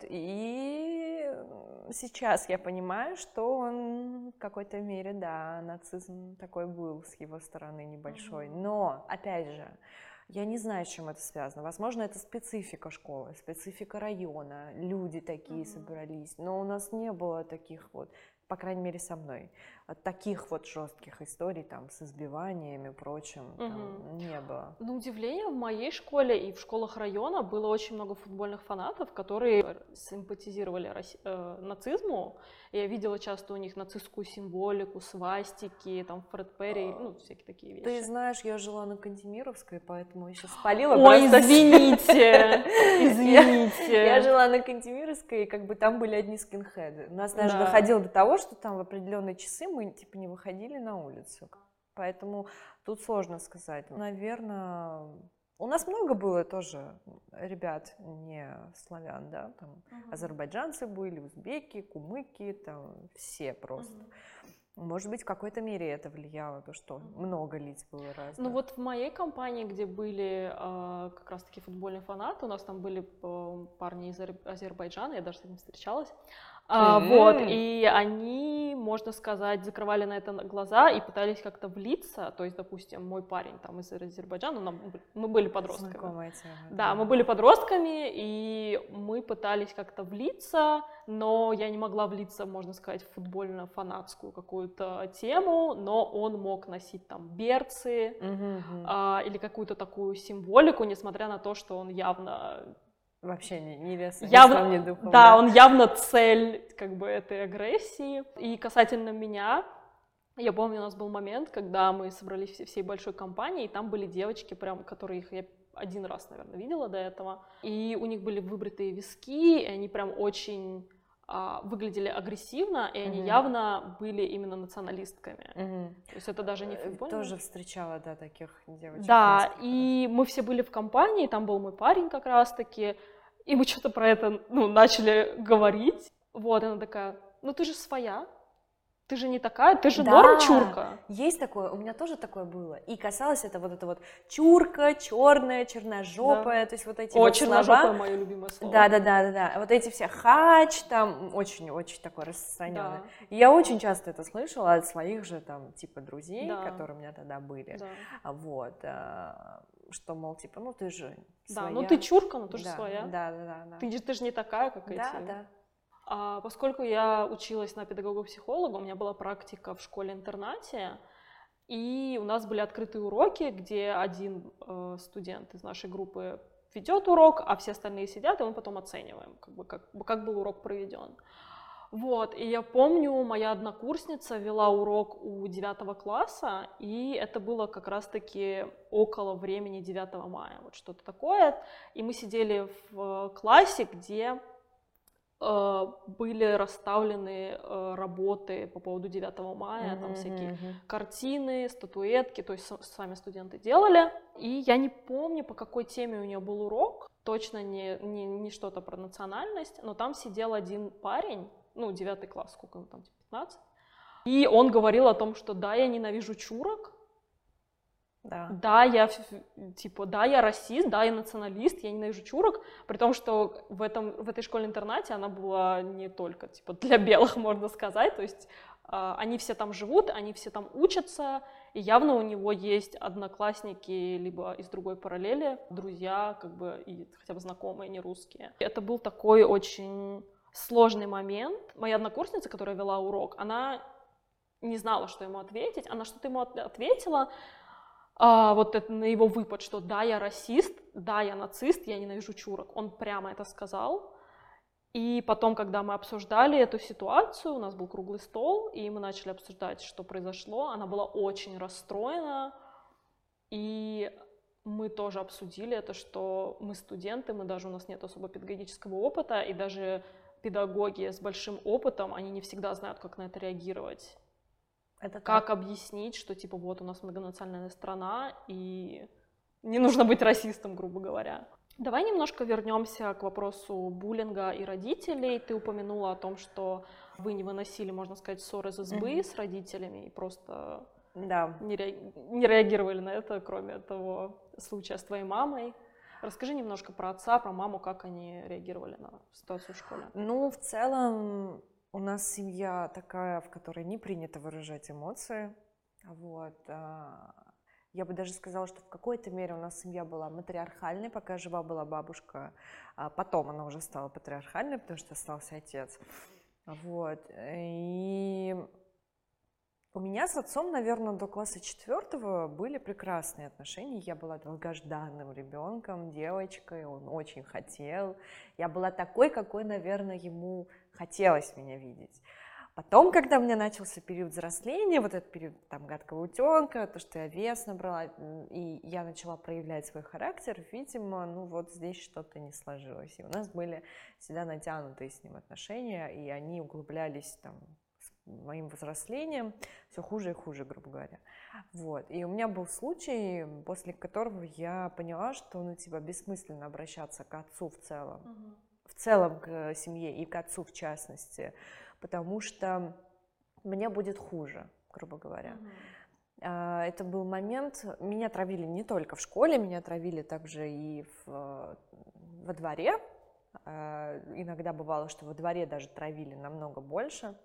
и сейчас я понимаю, что он в какой-то мере, да, нацизм такой был с его стороны небольшой, но, опять же, я не знаю, с чем это связано. Возможно, это специфика школы, специфика района, люди такие mm-hmm. собрались, но у нас не было таких вот, по крайней мере, со мной, таких вот жестких историй там с избиваниями и прочим, mm-hmm. там не было. На удивление, в моей школе и в школах района было очень много футбольных фанатов, которые симпатизировали Росси... э, нацизму. Я видела часто у них нацистскую символику, свастики, там Фред Перри, ну, всякие такие вещи. Ты знаешь, я жила на Кантемировской, поэтому я сейчас спалила. Ой, извините, извините. Я жила на Кантемировской, и как бы там были одни скинхеды. У нас даже доходило до того, что там в определенные часы мы типа не выходили на улицу. Поэтому тут сложно сказать. Наверное, у нас много было тоже ребят не славян, да, там uh-huh. азербайджанцы были, узбеки, кумыки, там все просто. Uh-huh. Может быть, в какой-то мере это влияло, то, что uh-huh. много лиц было разных. Ну вот в моей компании, где были э, как раз-таки футбольные фанаты, у нас там были э, парни из Азербайджана, я даже с ними встречалась. А, mm-hmm. Вот, и они, можно сказать, закрывали на это глаза и пытались как-то влиться, то есть, допустим, мой парень там из Азербайджана, нам, мы были подростками. Знакомая тема. Да, мы были подростками, и мы пытались как-то влиться, но я не могла влиться, можно сказать, в футбольно-фанатскую какую-то тему, но он мог носить там берцы mm-hmm. а, или какую-то такую символику, несмотря на то, что он явно... Вообще не, не лес, явно, не духом, да, да, он явно цель как бы этой агрессии. И касательно меня, я помню, у нас был момент, когда мы собрались всей, всей большой компанией, и там были девочки, прям, которых я один раз, наверное, видела до этого, и у них были выбритые виски, и они прям очень а, выглядели агрессивно, и они mm-hmm. явно были именно националистками. Mm-hmm. То есть это даже не футбольно. Тоже встречала, да, таких девочек. Да, и мы все были в компании, там был мой парень как раз-таки, и мы что-то про это, ну, начали говорить. Вот, она такая, ну ты же своя, ты же не такая, ты же да, норм чурка. Есть такое, у меня тоже такое было. И касалось это вот это вот чурка, черная, черножопая, да. То есть вот эти О, вот черножопая слова. Мое любимое слово. Да, да, да, да, да. Вот эти все хач, там очень-очень такое распространенное. Да. Я очень часто это слышала от своих же там типа друзей, да. которые у меня тогда были. Да. Вот, что, мол, типа, ну ты же своя. Да, ну ты чурка, ну ты же да, своя. Да, да, да, да. Ты, ты же не такая, как да, эти. Да, да. А поскольку я училась на педагога-психолога, у меня была практика в школе-интернате, и у нас были открытые уроки, где один э, студент из нашей группы ведет урок, а все остальные сидят, и мы потом оцениваем, как бы, как, как был урок проведен. Вот, и я помню, моя однокурсница вела урок у девятого класса, и это было как раз-таки около времени девятого мая, вот что-то такое. И мы сидели в классе, где э, были расставлены э, работы по поводу девятого мая, mm-hmm, там всякие mm-hmm. картины, статуэтки, то есть сами студенты делали. И я не помню, по какой теме у нее был урок, точно не, не, не что-то про национальность, но там сидел один парень, ну, девятый класс, сколько ему там, пятнадцать. И он говорил о том, что да, я ненавижу чурок, да. да, я, типа, да, я расист, да, я националист, я ненавижу чурок, при том, что в, этом, в этой школе-интернате она была не только, типа, для белых, можно сказать, то есть э, они все там живут, они все там учатся, и явно у него есть одноклассники либо из другой параллели, друзья, как бы, и хотя бы знакомые, не русские. Это был такой очень сложный момент. Моя однокурсница, которая вела урок, она не знала, что ему ответить. Она что-то ему ответила, а, вот это, на его выпад, что да, я расист, да, я нацист, я ненавижу чурок. Он прямо это сказал. И потом, когда мы обсуждали эту ситуацию, у нас был круглый стол, и мы начали обсуждать, что произошло. Она была очень расстроена, и мы тоже обсудили это, что мы студенты, мы даже, у нас нет особо педагогического опыта, и даже педагоги с большим опытом, они не всегда знают, как на это реагировать. Это как объяснить, что, типа, вот у нас многонациональная страна, и не нужно быть расистом, грубо говоря. Давай немножко вернемся к вопросу буллинга и родителей. Ты упомянула о том, что вы не выносили, можно сказать, ссор из избы mm-hmm. с родителями, и просто да. не, ре... не реагировали на это, кроме того случая с твоей мамой. Расскажи немножко про отца, про маму, как они реагировали на ситуацию в школе. Ну, в целом, у нас семья такая, в которой не принято выражать эмоции. Вот. Я бы даже сказала, что в какой-то мере у нас семья была матриархальной, пока жива была бабушка. А потом она уже стала патриархальной, потому что остался отец. Вот. И у меня с отцом, наверное, до класса четвертого были прекрасные отношения. Я была долгожданным ребенком, девочкой, он очень хотел. Я была такой, какой, наверное, ему хотелось меня видеть. Потом, когда у меня начался период взросления, вот этот период там гадкого утенка, то, что я вес набрала, и я начала проявлять свой характер, видимо, ну вот здесь что-то не сложилось. И у нас были всегда натянутые с ним отношения, и они углублялись там моим взрослением все хуже и хуже, грубо говоря. Вот. И у меня был случай, после которого я поняла, что ну, типа, бессмысленно обращаться к отцу в целом, угу. в целом к семье и к отцу в частности, потому что мне будет хуже, грубо говоря. Угу. Это был момент, меня травили не только в школе, меня травили также и в, во дворе. Иногда бывало, что во дворе даже травили намного больше.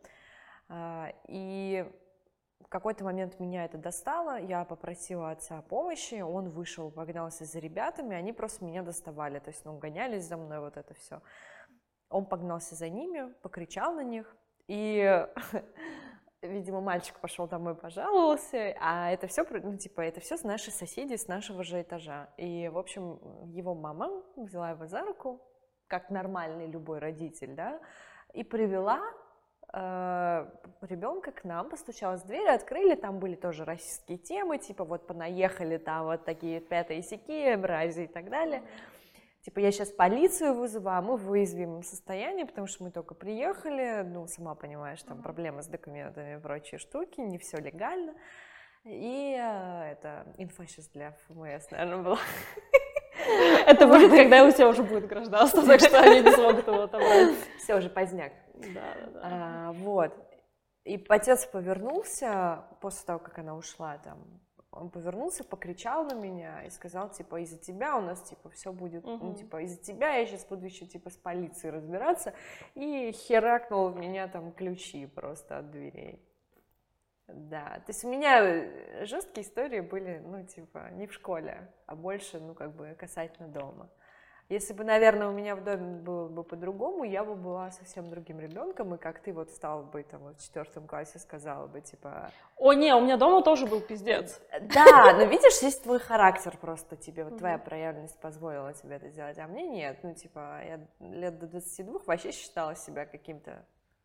И в какой-то момент меня это достало, я попросила отца о помощи, он вышел, погнался за ребятами, они просто меня доставали, то есть, ну, гонялись за мной, вот это все. Он погнался за ними, покричал на них, и, видимо, мальчик пошел домой, пожаловался, а это все, ну, типа, это все наши соседи с нашего же этажа. И, в общем, его мама взяла его за руку, как нормальный любой родитель, да, и привела ребенка к нам, постучалась в дверь, открыли, там были тоже расистские темы, типа вот понаехали там вот такие пятые-сякие, мрази и так далее. Типа я сейчас полицию вызову, а мы в уязвимом состоянии, потому что мы только приехали, ну, сама понимаешь, там проблемы с документами и прочие штуки, не все легально. И это инфа сейчас для ФМС, наверное, была. Это будет, когда у тебя уже будет гражданство, так что они не смогут его отобрать. Все, уже поздняк. Да, да, да. А, вот. И отец повернулся, после того, как она ушла там, он повернулся, покричал на меня и сказал, типа, из-за тебя у нас, типа, все будет, uh-huh. ну, типа, из-за тебя я сейчас буду еще, типа, с полицией разбираться, и херакнул в меня там ключи просто от дверей. Да, то есть у меня жесткие истории были, ну, типа, не в школе, а больше, ну, как бы, касательно дома. Если бы, наверное, у меня в доме было бы по-другому, я бы была совсем другим ребенком, и как ты вот стала бы там вот в четвертом классе, сказала бы, типа... О, не, у меня дома тоже был пиздец. Да, но видишь, здесь твой характер просто тебе, вот твоя проявленность позволила тебе это сделать, а мне нет. Ну, типа, я лет до двадцати двух вообще считала себя каким-то,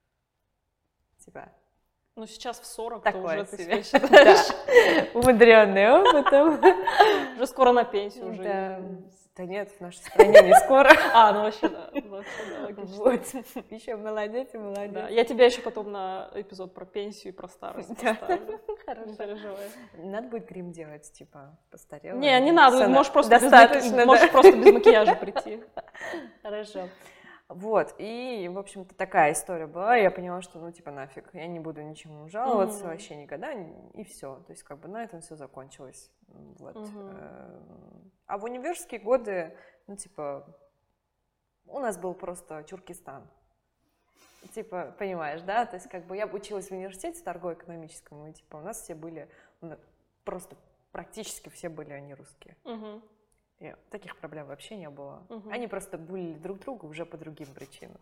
типа... Ну, сейчас в сорок, то Такое уже ты себе. себя считаешь. Умудренный опытом. Уже скоро на пенсию уже. Да. Да нет, в нашей стране не скоро. А, ну вообще да, вообще да, логично. Вот, еще молодец и молодец. Да. Я тебя еще потом на эпизод про пенсию и про старость поставлю. Хорошо. Не переживай. Надо будет грим делать, типа, постарела. Не, не надо, Всё можешь на- просто, без, достаточно, маки- да. можешь просто без макияжа прийти. Хорошо. Вот, и, в общем-то, такая история была, и я поняла, что, ну, типа, нафиг, я не буду ничему жаловаться Мгм. вообще никогда, и все. То есть, как бы, на этом все закончилось. Вот. Мгм. Эм, А в университетские годы, ну, типа, у нас был просто Чуркистан. Типа, понимаешь, да? То есть, как бы, я училась в университете торгово-экономическом, и, типа, у нас все были, ну, просто практически все были они русские. Мгм. И таких проблем вообще не было. Мгм. Они просто булили друг друга уже по другим причинам.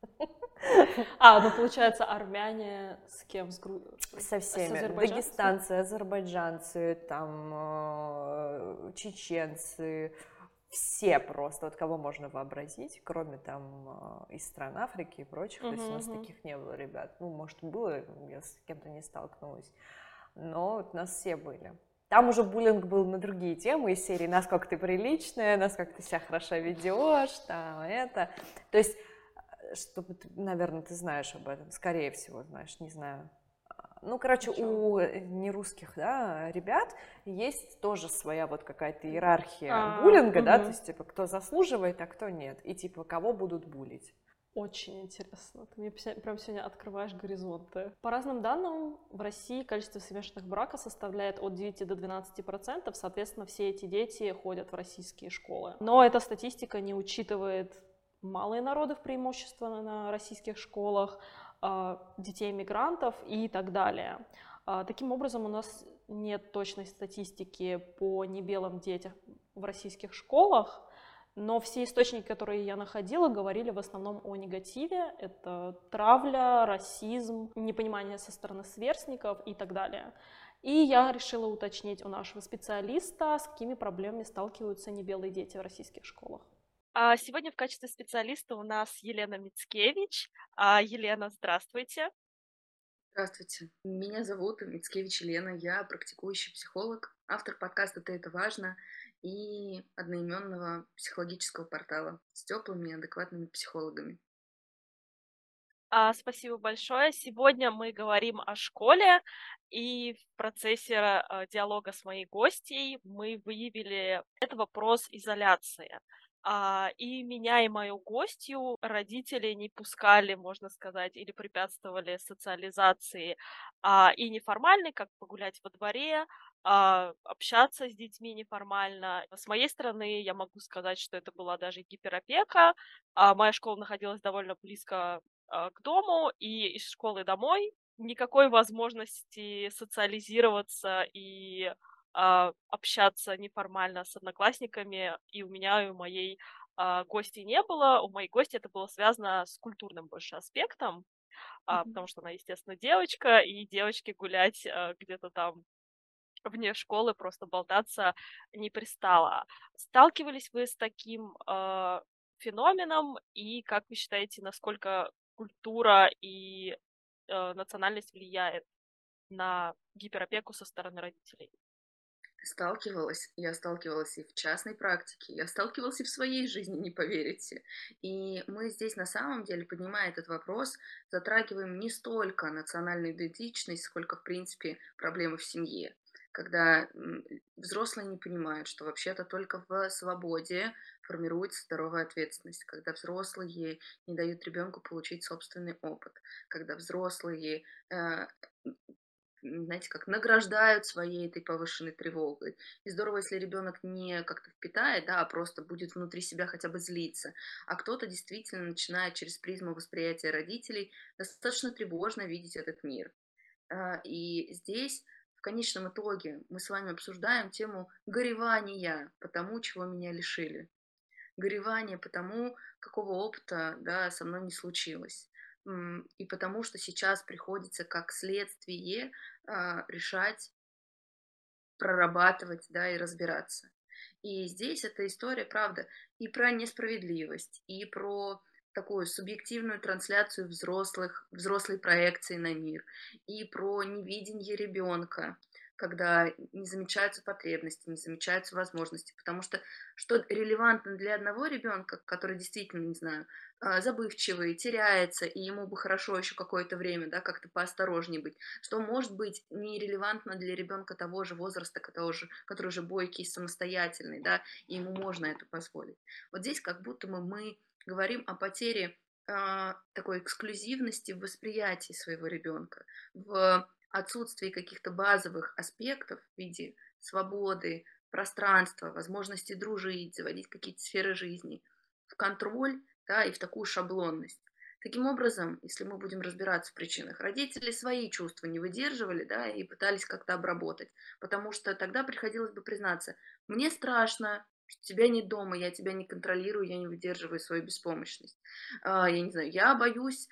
А, ну получается, армяне с кем? С Гру... Со всеми. азербайджанцами? Дагестанцы, азербайджанцы, там, э, чеченцы, все просто, вот кого можно вообразить, кроме там э, из стран Африки и прочих. То есть у нас Мгм, мгм. таких не было, ребят. Ну, может, было, я с кем-то не столкнулась. Но вот у нас все были. Там уже буллинг был на другие темы из серии «Насколько ты приличная», «Насколько ты себя хорошо ведешь», там это. То есть, э, чтобы, ты, наверное, ты знаешь об этом, скорее всего, знаешь, не знаю. А, Ну, короче, у э, нерусских, да, ребят есть тоже своя вот какая-то иерархия А, буллинга, да, то мгм. есть, типа, кто заслуживает, а кто нет, и, типа, кого будут булить. Очень интересно. Ты мне пся- прям сегодня открываешь горизонты. По разным данным, в России количество смешанных браков составляет от девяти до двенадцати процентов. Соответственно, все эти дети ходят в российские школы. Но эта статистика не учитывает малые народы, в преимущество на российских школах, а, детей мигрантов и так далее. А, Таким образом, у нас нет точной статистики по небелым детям в российских школах. Но все источники, которые я находила, говорили в основном о негативе. Это травля, расизм, непонимание со стороны сверстников и так далее. И я решила уточнить у нашего специалиста, с какими проблемами сталкиваются небелые дети в российских школах. А сегодня в качестве специалиста у нас Елена Мицкевич. А, Елена, здравствуйте. Здравствуйте, меня зовут Мицкевич Елена, я практикующий психолог, автор подкаста «Ты это важно» и одноименного психологического портала с теплыми и адекватными психологами. А, Спасибо большое. Сегодня мы говорим о школе, и в процессе а, диалога с моей гостьей мы выявили это вопрос изоляции. А, И меня и мою гостью родители не пускали, можно сказать, или препятствовали социализации а, и неформальной, как погулять во дворе, а, общаться с детьми неформально. С моей стороны я могу сказать, что это была даже гиперопека. А Моя школа находилась довольно близко а, к дому, и из школы домой никакой возможности социализироваться и а, общаться неформально с одноклассниками и у меня, и у моей а, гости не было. У моей гости это было связано с культурным больше аспектом, а, потому что она, естественно, девочка, и девочке гулять а, где-то там вне школы, просто болтаться не пристало. Сталкивались вы с таким а, феноменом, и как вы считаете, насколько культура и э, национальность влияет на гиперопеку со стороны родителей? Сталкивалась, я сталкивалась и в частной практике, я сталкивалась и в своей жизни, не поверите. И мы здесь на самом деле, поднимая этот вопрос, затрагиваем не столько национальную идентичность, сколько, в принципе, проблемы в семье. Когда м, взрослые не понимают, что вообще-то только в свободе формируется здоровая ответственность, когда взрослые не дают ребенку получить собственный опыт, когда взрослые э, знаете, как награждают своей этой повышенной тревогой. И здорово, если ребенок не как-то впитает, да, а просто будет внутри себя хотя бы злиться. А кто-то действительно начинает через призму восприятия родителей достаточно тревожно видеть этот мир. А, И здесь в конечном итоге мы с вами обсуждаем тему горевания по тому, чего меня лишили. горевание по тому, какого опыта, да, со мной не случилось. М, И потому что сейчас приходится как следствие а, решать, прорабатывать, да, и разбираться. И здесь эта история, правда, и про несправедливость, и про такую субъективную трансляцию взрослых, взрослой проекции на мир, и про невидение ребенка, когда не замечаются потребности, не замечаются возможности, потому что что релевантно для одного ребенка, который действительно, не знаю, а, забывчивый, теряется, и ему бы хорошо еще какое-то время, да, как-то поосторожнее быть, что может быть нерелевантно для ребенка того же возраста, того же, который уже бойкий, самостоятельный, да, и ему можно это позволить. Вот здесь как будто мы, мы говорим о потере э, такой эксклюзивности в восприятии своего ребенка, в отсутствии каких-то базовых аспектов в виде свободы, пространства, возможности дружить, заводить какие-то сферы жизни, в контроль, да, и в такую шаблонность. Таким образом, если мы будем разбираться в причинах, родители свои чувства не выдерживали, да, и пытались как-то обработать, потому что тогда приходилось бы признаться, мне страшно, что тебя нет дома, я тебя не контролирую, я не выдерживаю свою беспомощность. А, я не знаю, я боюсь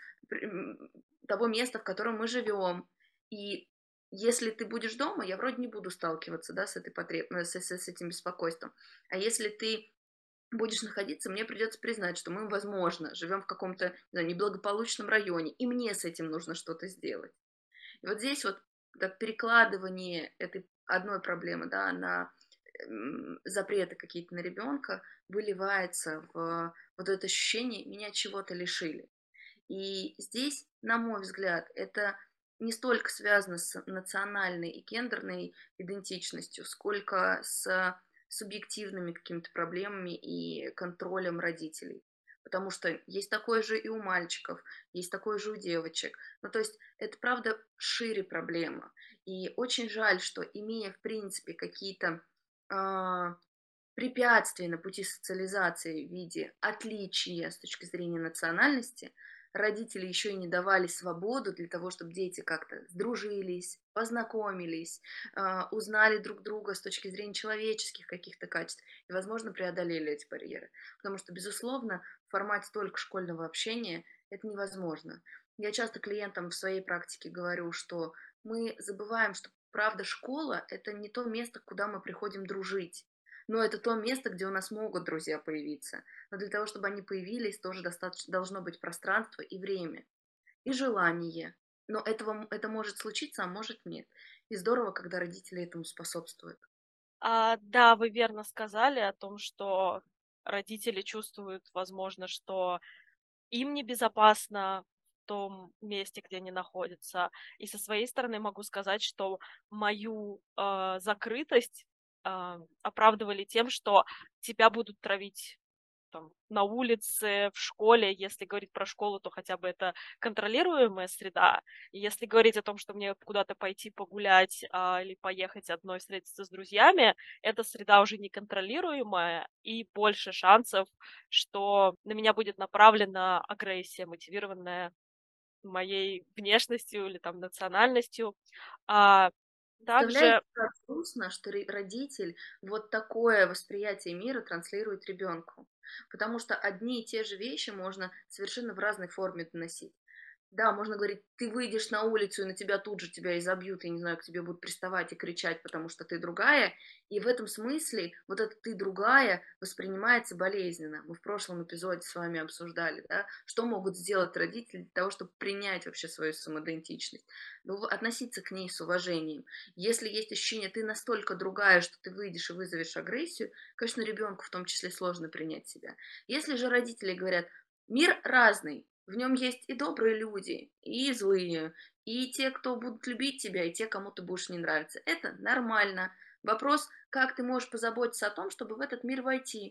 того места, в котором мы живем, и если ты будешь дома, я вроде не буду сталкиваться, да, с этой потреб... с, с, с этим беспокойством. А если ты будешь находиться, мне придется признать, что мы, возможно, живем в каком-то, не знаю, неблагополучном районе, и мне с этим нужно что-то сделать. И вот здесь вот так перекладывание этой одной проблемы, да, на м, запреты какие-то на ребенка выливается в вот это ощущение, меня чего-то лишили. И здесь, на мой взгляд, это не столько связано с национальной и гендерной идентичностью, сколько с субъективными какими-то проблемами и контролем родителей. Потому что есть такое же и у мальчиков, есть такое же у девочек. Ну, то есть это, правда, шире проблема. И очень жаль, что, имея, в принципе, какие-то а, препятствия на пути социализации в виде отличия с точки зрения национальности, родители еще и не давали свободу для того, чтобы дети как-то сдружились, познакомились, а, узнали друг друга с точки зрения человеческих каких-то качеств и, возможно, преодолели эти барьеры. Потому что, безусловно, в формате только школьного общения это невозможно. Я часто клиентам в своей практике говорю, что мы забываем, что, правда, школа – это не то место, куда мы приходим дружить. Но это то место, где у нас могут друзья появиться. Но для того, чтобы они появились, тоже достаточно должно быть пространство и время, и желание. Но этого, это может случиться, а может нет. И здорово, когда родители этому способствуют. А, да, вы верно сказали о том, что родители чувствуют, возможно, что им небезопасно в том месте, где они находятся. И со своей стороны могу сказать, что мою э, закрытость э, оправдывали тем, что тебя будут травить там, на улице, в школе. Если говорить про школу, то хотя бы это контролируемая среда. И если говорить о том, что мне куда-то пойти погулять а, или поехать одной встретиться с друзьями, эта среда уже неконтролируемая, и больше шансов, что на меня будет направлена агрессия, мотивированная моей внешностью или там национальностью. А Представляете, также как грустно, что ре- родитель вот такое восприятие мира транслирует ребенку. Потому что одни и те же вещи можно совершенно в разной форме доносить. Да, можно говорить, ты выйдешь на улицу, и на тебя тут же тебя изобьют, я не знаю, к тебе будут приставать и кричать, потому что ты другая. И в этом смысле вот это «ты другая» воспринимается болезненно. Мы в прошлом эпизоде с вами обсуждали, да, что могут сделать родители для того, чтобы принять вообще свою самоидентичность. Ну, относиться к ней с уважением. Если есть ощущение, ты настолько другая, что ты выйдешь и вызовешь агрессию, конечно, ребенку в том числе сложно принять себя. Если же родители говорят, мир разный, в нем есть и добрые люди, и злые, и те, кто будут любить тебя, и те, кому ты будешь не нравиться. Это нормально. Вопрос, как ты можешь позаботиться о том, чтобы в этот мир войти.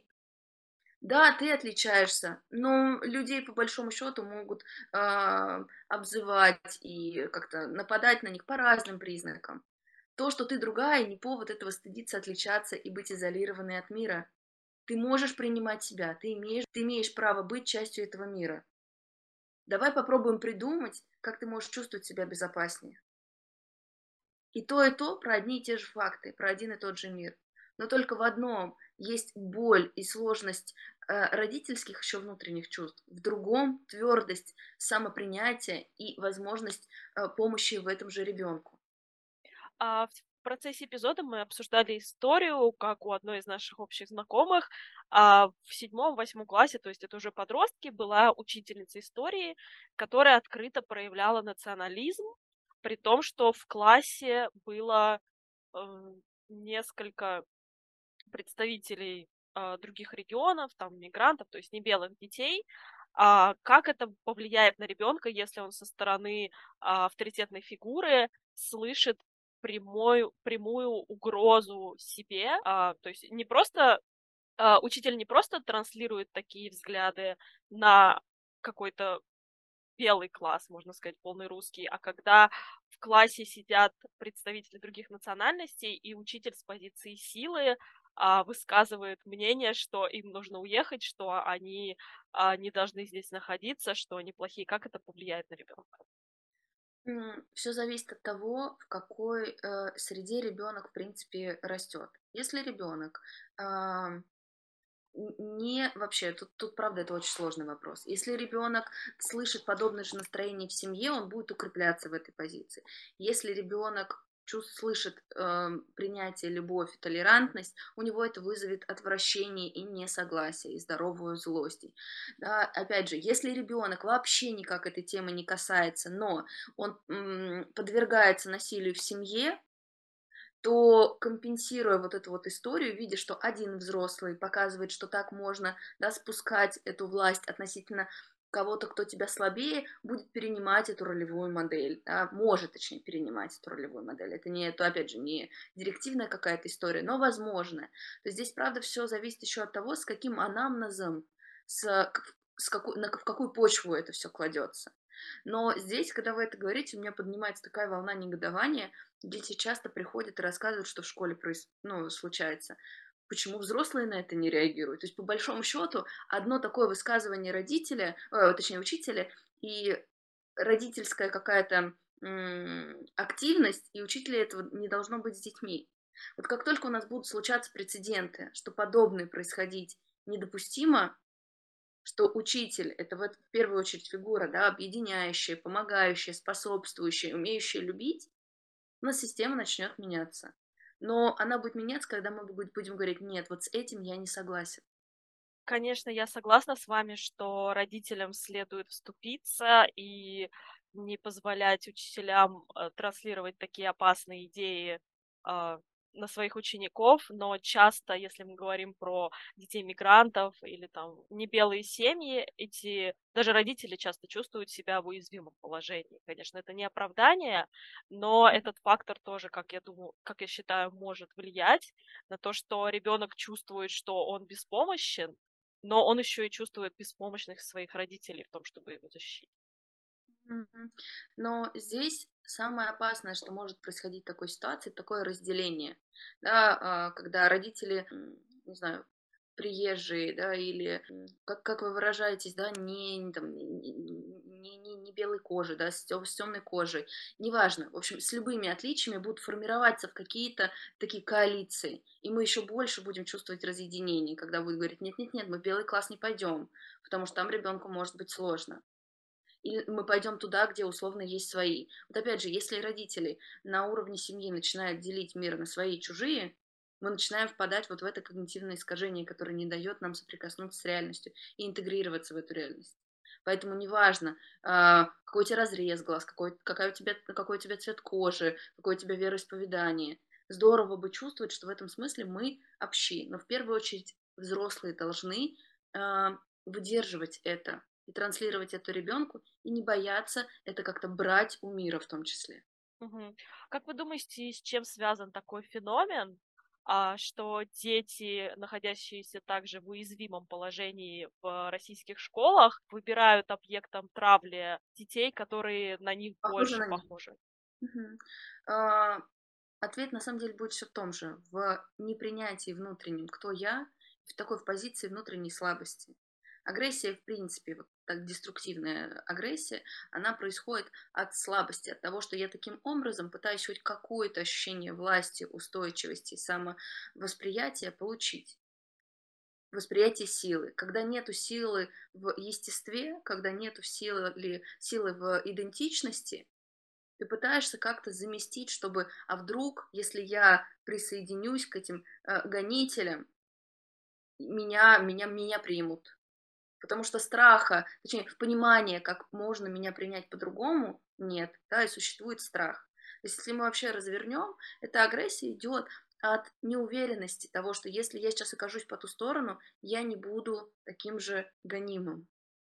Да, ты отличаешься, но людей по большому счету могут э, обзывать и как-то нападать на них по разным признакам. То, что ты другая, не повод этого стыдиться, отличаться и быть изолированной от мира. Ты можешь принимать себя, ты имеешь, ты имеешь право быть частью этого мира. Давай попробуем придумать, как ты можешь чувствовать себя безопаснее. И то, и то про одни и те же факты, про один и тот же мир. Но только в одном есть боль и сложность э, родительских еще внутренних чувств, в другом твердость, самопринятие и возможность э, помощи в этом же ребенку. А в процессе эпизода мы обсуждали историю, как у одной из наших общих знакомых а, в седьмом-восьмом классе, то есть это уже подростки, была учительница истории, которая открыто проявляла национализм, при том, что в классе было э, несколько представителей а, других регионов, там, мигрантов, то есть не белых детей. А, как это повлияет на ребенка, если он со стороны а, авторитетной фигуры слышит прямую, прямую угрозу себе? А, то есть не просто а, учитель не просто транслирует такие взгляды на какой-то белый класс, можно сказать, полный русский, а когда в классе сидят представители других национальностей, и учитель с позиции силы а, высказывает мнение, что им нужно уехать, что они а, не должны здесь находиться, что они плохие. Как это повлияет на ребенка? Все зависит от того, в какой э, среде ребенок, в принципе, растет. Если ребенок не, вообще, тут, тут правда это очень сложный вопрос. Если ребенок слышит подобное же настроение в семье, он будет укрепляться в этой позиции. Если ребенок чувств, слышит э, принятие, любовь, толерантность, у него это вызовет отвращение и несогласие, и здоровую злость. Да, опять же, если ребенок вообще никак этой темы не касается, но он м, подвергается насилию в семье, то компенсируя вот эту вот историю, видя, что один взрослый показывает, что так можно, да, спускать эту власть относительно кого-то, кто тебя слабее, будет перенимать эту ролевую модель, да, может, точнее, перенимать эту ролевую модель. Это не, это, опять же, не директивная какая-то история, но возможно. То есть здесь, правда, все зависит еще от того, с каким анамнезом, с, с какой, на, в какую почву это все кладется. Но здесь, когда вы это говорите, у меня поднимается такая волна негодования. Дети часто приходят и рассказывают, что в школе проис... ну, случается. Почему взрослые на это не реагируют? То есть, по большому счету, одно такое высказывание родителя, э, точнее, учителя, и родительская какая-то м, активность, и учителя этого не должно быть с детьми. Вот как только у нас будут случаться прецеденты, что подобное происходить недопустимо, что учитель — это вот в первую очередь фигура, да, объединяющая, помогающая, способствующая, умеющая любить, у нас система начнет меняться. Но она будет меняться, когда мы будем говорить: нет, вот с этим я не согласен. Конечно, я согласна с вами, что родителям следует вступиться и не позволять учителям э, транслировать такие опасные идеи а, на своих учеников, но часто, если мы говорим про детей мигрантов или там не белые семьи, эти даже родители часто чувствуют себя в уязвимом положении. Конечно, это не оправдание, но этот фактор тоже, как я думаю, как я считаю, может влиять на то, что ребенок чувствует, что он беспомощен, но он еще и чувствует беспомощность своих родителей в том, чтобы его защитить. Мгм. Но здесь самое опасное, что может происходить в такой ситуации, такое разделение, да, а, когда родители, м, не знаю, приезжие, да, или м, как, как вы выражаетесь, да, не, не, там, не, не, не- не белой кожи, да, с, тем- с темной кожей, неважно, в общем, с любыми отличиями будут формироваться в какие-то такие коалиции, и мы еще больше будем чувствовать разъединение, когда будут говорить: нет-нет-нет, мы в белый класс не пойдем, потому что там ребенку может быть сложно. Или мы пойдем туда, где условно есть свои. Вот опять же, если родители на уровне семьи начинают делить мир на свои и чужие, мы начинаем впадать вот в это когнитивное искажение, которое не дает нам соприкоснуться с реальностью и интегрироваться в эту реальность. Поэтому неважно, а, какой у тебя разрез глаз, какой, какая у тебя, какой у тебя цвет кожи, какое у тебя вероисповедание. Здорово бы чувствовать, что в этом смысле мы общи. Но в первую очередь взрослые должны а, выдерживать это и транслировать это ребенку, и не бояться это как-то брать у мира в том числе. Мгм. Как вы думаете, с чем связан такой феномен, а, что дети, находящиеся также в уязвимом положении в российских школах, выбирают объектом травли детей, которые на них Похоже больше на них. похожи? Мгм. А, Ответ на самом деле будет все в том же, в непринятии внутреннем, кто я, в такой в позиции внутренней слабости. Агрессия, в принципе, вот так деструктивная агрессия, она происходит от слабости, от того, что я таким образом пытаюсь хоть какое-то ощущение власти, устойчивости, самовосприятия получить. Восприятие силы. Когда нету силы в естестве, когда нету силы, ли, силы в идентичности, ты пытаешься как-то заместить, чтобы, а вдруг, если я присоединюсь к этим э, гонителям, меня, меня, меня примут. Потому что страха, точнее, понимания, как можно меня принять по-другому, нет, да, и существует страх. То есть, если мы вообще развернем, эта агрессия идет от неуверенности того, что если я сейчас окажусь по ту сторону, я не буду таким же гонимым.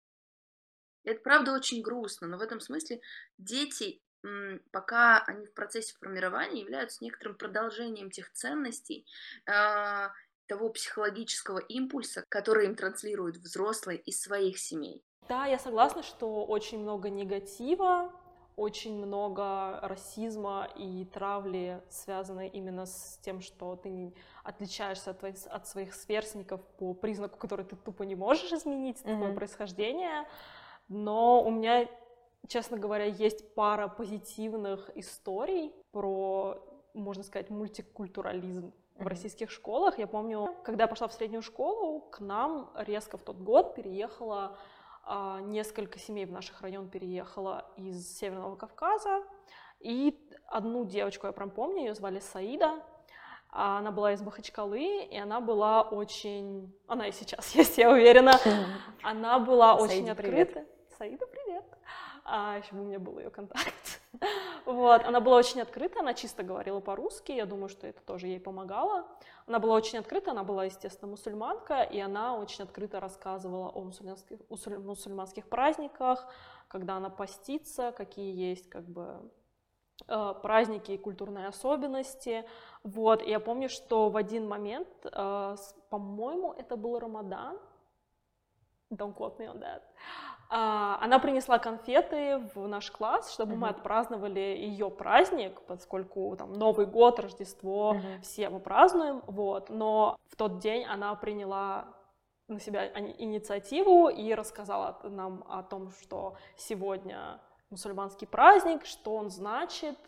И это правда очень грустно, но в этом смысле дети, м, пока они в процессе формирования, являются некоторым продолжением тех ценностей, а, того психологического импульса, который им транслируют взрослые из своих семей. Да, я согласна, что очень много негатива, очень много расизма и травли, связанной именно с тем, что ты не отличаешься от, твоих, от своих сверстников по признаку, который ты тупо не можешь изменить, mm-hmm. твое происхождение. Но у меня, честно говоря, есть пара позитивных историй про, можно сказать, мультикультурализм в mm-hmm. российских школах. Я помню, когда я пошла в среднюю школу, к нам резко в тот год переехало а, несколько семей в наш район переехало из Северного Кавказа. И одну девочку, я прям помню, ее звали Саида. Она была из Махачкалы, и она была очень... Она и сейчас есть, я уверена. Она была очень открыта. Саида, привет. А, еще бы у меня был ее контакт. Вот, она была очень открыта, она чисто говорила по-русски, я думаю, что это тоже ей помогало. Она была очень открыта, она была, естественно, мусульманка, и она очень открыто рассказывала о мусульманских, мусульманских праздниках, когда она постится, какие есть, как бы, праздники и культурные особенности. Вот, и я помню, что в один момент, по-моему, это был Рамадан, don't quote me on that, она принесла конфеты в наш класс, чтобы uh-huh. мы отпраздновали ее праздник, поскольку там Новый год, Рождество, uh-huh. все мы празднуем, вот. Но в тот день она приняла на себя инициативу и рассказала нам о том, что сегодня мусульманский праздник, что он значит,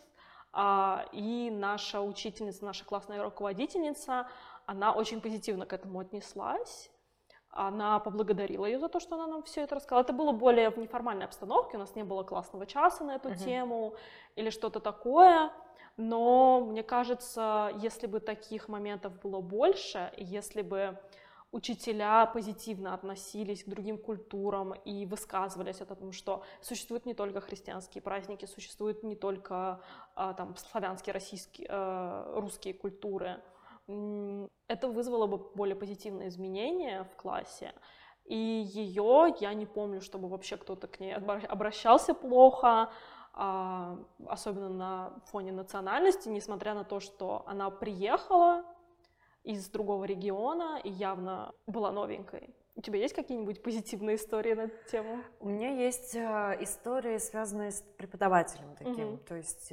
и наша учительница, наша классная руководительница, она очень позитивно к этому отнеслась. Она поблагодарила ее за то, что она нам все это рассказала. Это было более в неформальной обстановке, у нас не было классного часа на эту uh-huh. тему или что-то такое, но мне кажется, если бы таких моментов было больше, если бы учителя позитивно относились к другим культурам и высказывались о том, что существуют не только христианские праздники, существуют не только там, славянские, российские, русские культуры, это вызвало бы более позитивные изменения в классе. И ее, я не помню, чтобы вообще кто-то к ней обращался плохо, особенно на фоне национальности, несмотря на то, что она приехала из другого региона и явно была новенькой. У тебя есть какие-нибудь позитивные истории на эту тему? У меня есть истории, связанные с преподавателем таким. Mm-hmm. То есть...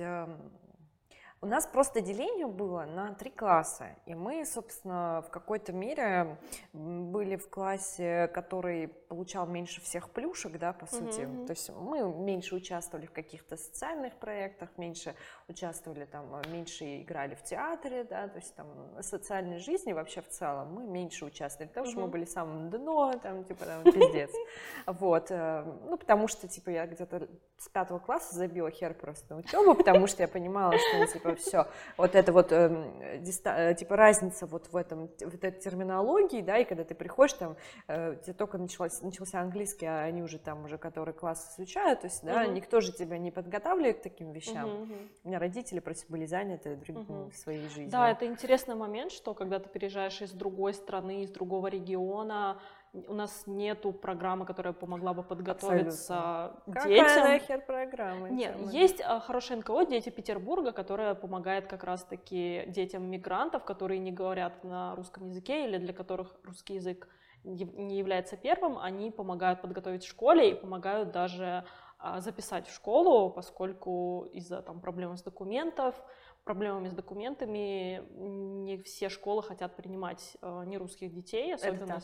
У нас просто деление было на три класса, и мы, собственно, в какой-то мере были в классе, который получал меньше всех плюшек, да, по сути. Mm-hmm. То есть мы меньше участвовали в каких-то социальных проектах, меньше участвовали там, меньше играли в театре, да, то есть там в социальной жизни вообще в целом мы меньше участвовали, потому mm-hmm. что мы были самым дно, там, типа, там, пиздец. Вот, ну, потому что, типа, я где-то с пятого класса забила хер просто на учебу, потому что я понимала, что, типа, все, вот это вот, э, диста, э, типа, разница вот в этом, в этой терминологии, да, и когда ты приходишь, там, э, тебе только началось, начался английский, а они уже там, уже который класс изучают, то есть, да, uh-huh. никто же тебя не подготавливает к таким вещам. Uh-huh. У меня родители просто были заняты другим, uh-huh. своей жизнью. Да, это интересный момент, что когда ты переезжаешь из другой страны, из другого региона, у нас нету программы, которая помогла бы подготовиться Абсолютно. детям. Какая нахер программа? Нет, есть хорошее эн ка о «Дети Петербурга», которое помогает как раз-таки детям мигрантов, которые не говорят на русском языке или для которых русский язык не является первым. Они помогают подготовить в школе и помогают даже записать в школу, поскольку из-за там проблем с документов, проблемами с документами не все школы хотят принимать нерусских детей, особенно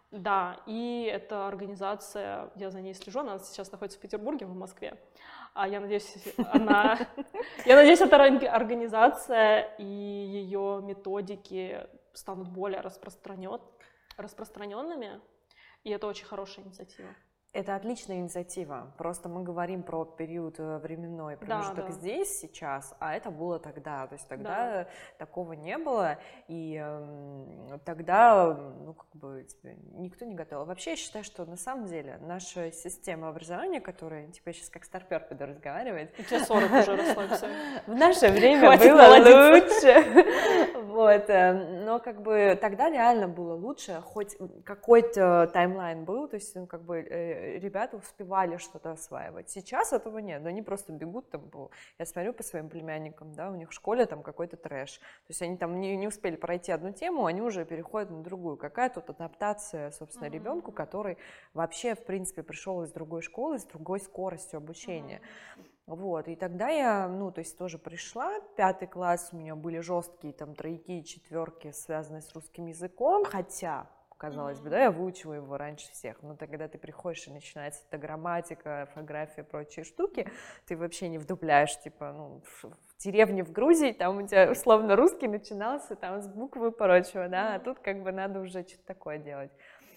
Да, и эта организация, я за ней слежу, она сейчас находится в Петербурге, в Москве. А я надеюсь, она... Я надеюсь, эта организация и ее методики станут более распространен... распространенными, и это очень хорошая инициатива. Это отличная инициатива, просто мы говорим про период временной промежуток да, да. здесь, сейчас, а это было тогда, то есть тогда Да. такого не было, и э, тогда, ну, как бы, типа, никто не готовил. Вообще, я считаю, что на самом деле наша система образования, которая, типа, я сейчас как старпер буду разговаривать. У тебя сорок уже, расслабься. В наше время было лучше, вот, но, как бы, тогда реально было лучше, хоть какой-то таймлайн был, то есть, ну, как бы, ребята успевали что-то осваивать. Сейчас этого нет, но они просто бегут там. Я смотрю по своим племянникам, да, у них в школе там какой-то трэш. То есть они там не, не успели пройти одну тему, они уже переходят на другую. Какая тут адаптация, собственно, mm-hmm. ребенку, который вообще, в принципе, пришел из другой школы, с другой скоростью обучения. Mm-hmm. Вот, и тогда я, ну, то есть тоже пришла, пятый класс, у меня были жесткие там тройки, четверки, связанные с русским языком, хотя... Казалось бы, да, я выучила его раньше всех, но тогда ты приходишь и начинается эта грамматика, орфография и прочие штуки, ты вообще не вдупляешь, типа, ну, в, в деревне в Грузии, там у тебя условно русский начинался там с буквы и прочего, да, а тут как бы надо уже что-то такое делать.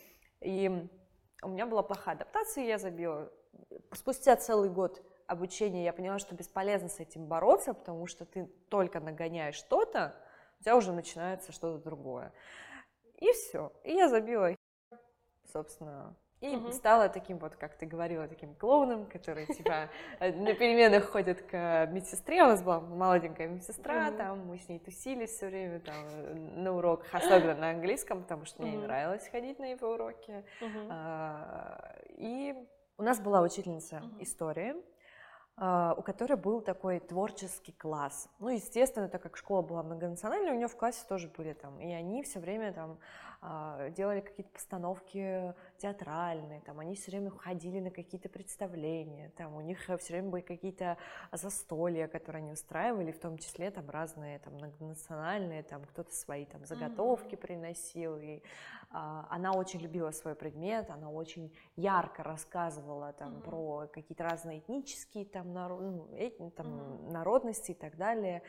И у меня была плохая адаптация, я забила. Спустя целый год обучения я поняла, что бесполезно с этим бороться, потому что ты только нагоняешь что-то, у тебя уже начинается что-то другое. И все. И я забила, собственно, и угу. стала таким вот, как ты говорила, таким клоуном, который, типа, на переменах ходит к медсестре. У нас была молоденькая медсестра, угу. там мы с ней тусили все время там, на уроках, особенно на английском, потому что мне угу. не нравилось ходить на его уроки. Угу. А, и у нас была учительница угу. истории, у которой был такой творческий класс. Ну, естественно, так как школа была многонациональная, у нее в классе тоже были там, и они все время там делали какие-то постановки театральные, там, они все время ходили на какие-то представления, там, у них все время были какие-то застолья, которые они устраивали, в том числе там разные там многонациональные, там кто-то свои там заготовки mm-hmm. приносил, и а, она очень любила свой предмет, она очень ярко рассказывала там mm-hmm. про какие-то разные этнические там, народ, ну, эти, там mm-hmm. народности и так далее,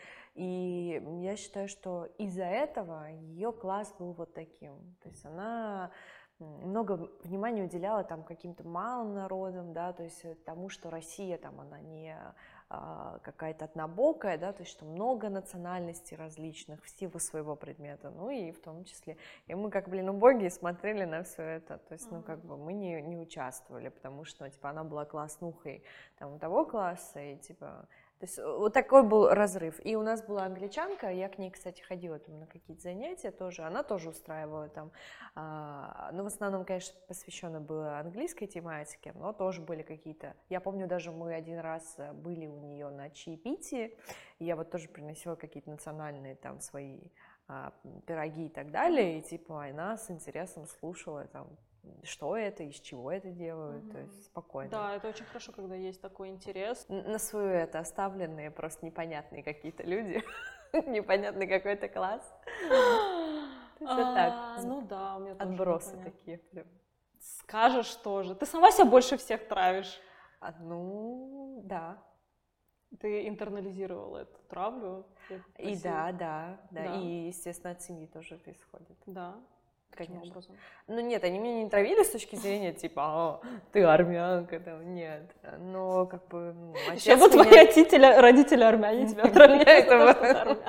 и я считаю, что из-за этого ее класс был вот таким. То есть она много внимания уделяла там каким-то малым народам, да, то есть тому, что Россия там, она не а, какая-то однобокая, да, то есть что много национальностей различных в силу своего предмета, ну и в том числе, и мы как, блин, убогие смотрели на все это, то есть, ну, как бы мы не, не участвовали, потому что, ну, типа, она была класснухой там у того класса, и, типа, то есть вот такой был разрыв. И у нас была англичанка, я к ней, кстати, ходила там на какие-то занятия тоже, она тоже устраивала там, а, ну, в основном, конечно, посвящено было английской тематике, но тоже были какие-то, я помню, даже мы один раз были у нее на чаепитии, и я вот тоже приносила какие-то национальные там свои а, пироги и так далее, и типа она с интересом слушала там, что это, из чего это делают, mm-hmm. то есть спокойно. Да, это очень хорошо, когда есть такой интерес. На свою это оставленные, просто непонятные какие-то люди, непонятный какой-то класс. Ну да, у меня тоже отбросы такие прям. Скажешь тоже. Ты сама себя больше всех травишь. Ну, да. Ты интернализировала эту травлю. И да, да, да, и, естественно, от семьи тоже это исходит. Да. Каким образом? Ну нет, они меня не травили с точки зрения, типа, а, ты армянка, там, нет. Но как бы, ну, отец Еще бы меня... твои родители, родители армяне тебя травили.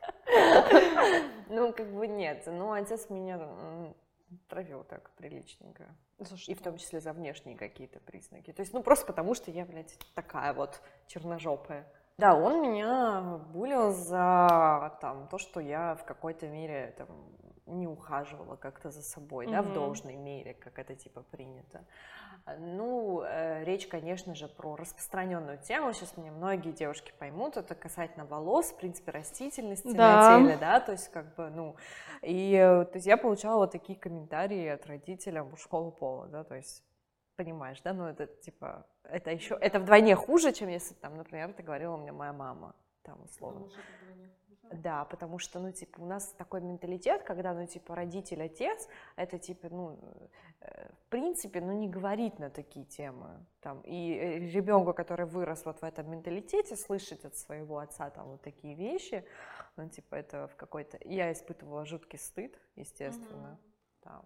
Ну, как бы нет, но отец меня травил так приличненько. И в том числе за внешние какие-то признаки. То есть, ну, просто потому, что я, блядь, такая вот черножопая. Да, он меня булил за там, то, что я в какой-то мере там, не ухаживала как-то за собой, mm-hmm. да, в должной мере, как это типа принято. Ну, э, речь, конечно же, про распространенную тему. Сейчас меня многие девушки поймут, это касательно волос, в принципе, растительности да. на теле, да, то есть как бы, ну, и то есть я получала вот такие комментарии от родителей мужского пола, да, то есть понимаешь, да, ну это типа, это еще, это вдвойне хуже, чем если там, например, ты говорила, у меня моя мама, там условно. Да, потому что, ну, типа, у нас такой менталитет, когда, ну, типа, родитель, отец, это, типа, ну, в принципе, ну, не говорит на такие темы, там, и ребенку, который вырос вот в этом менталитете, слышать от своего отца, там, вот такие вещи, ну, типа, это в какой-то... Я испытывала жуткий стыд, естественно, mm-hmm. там,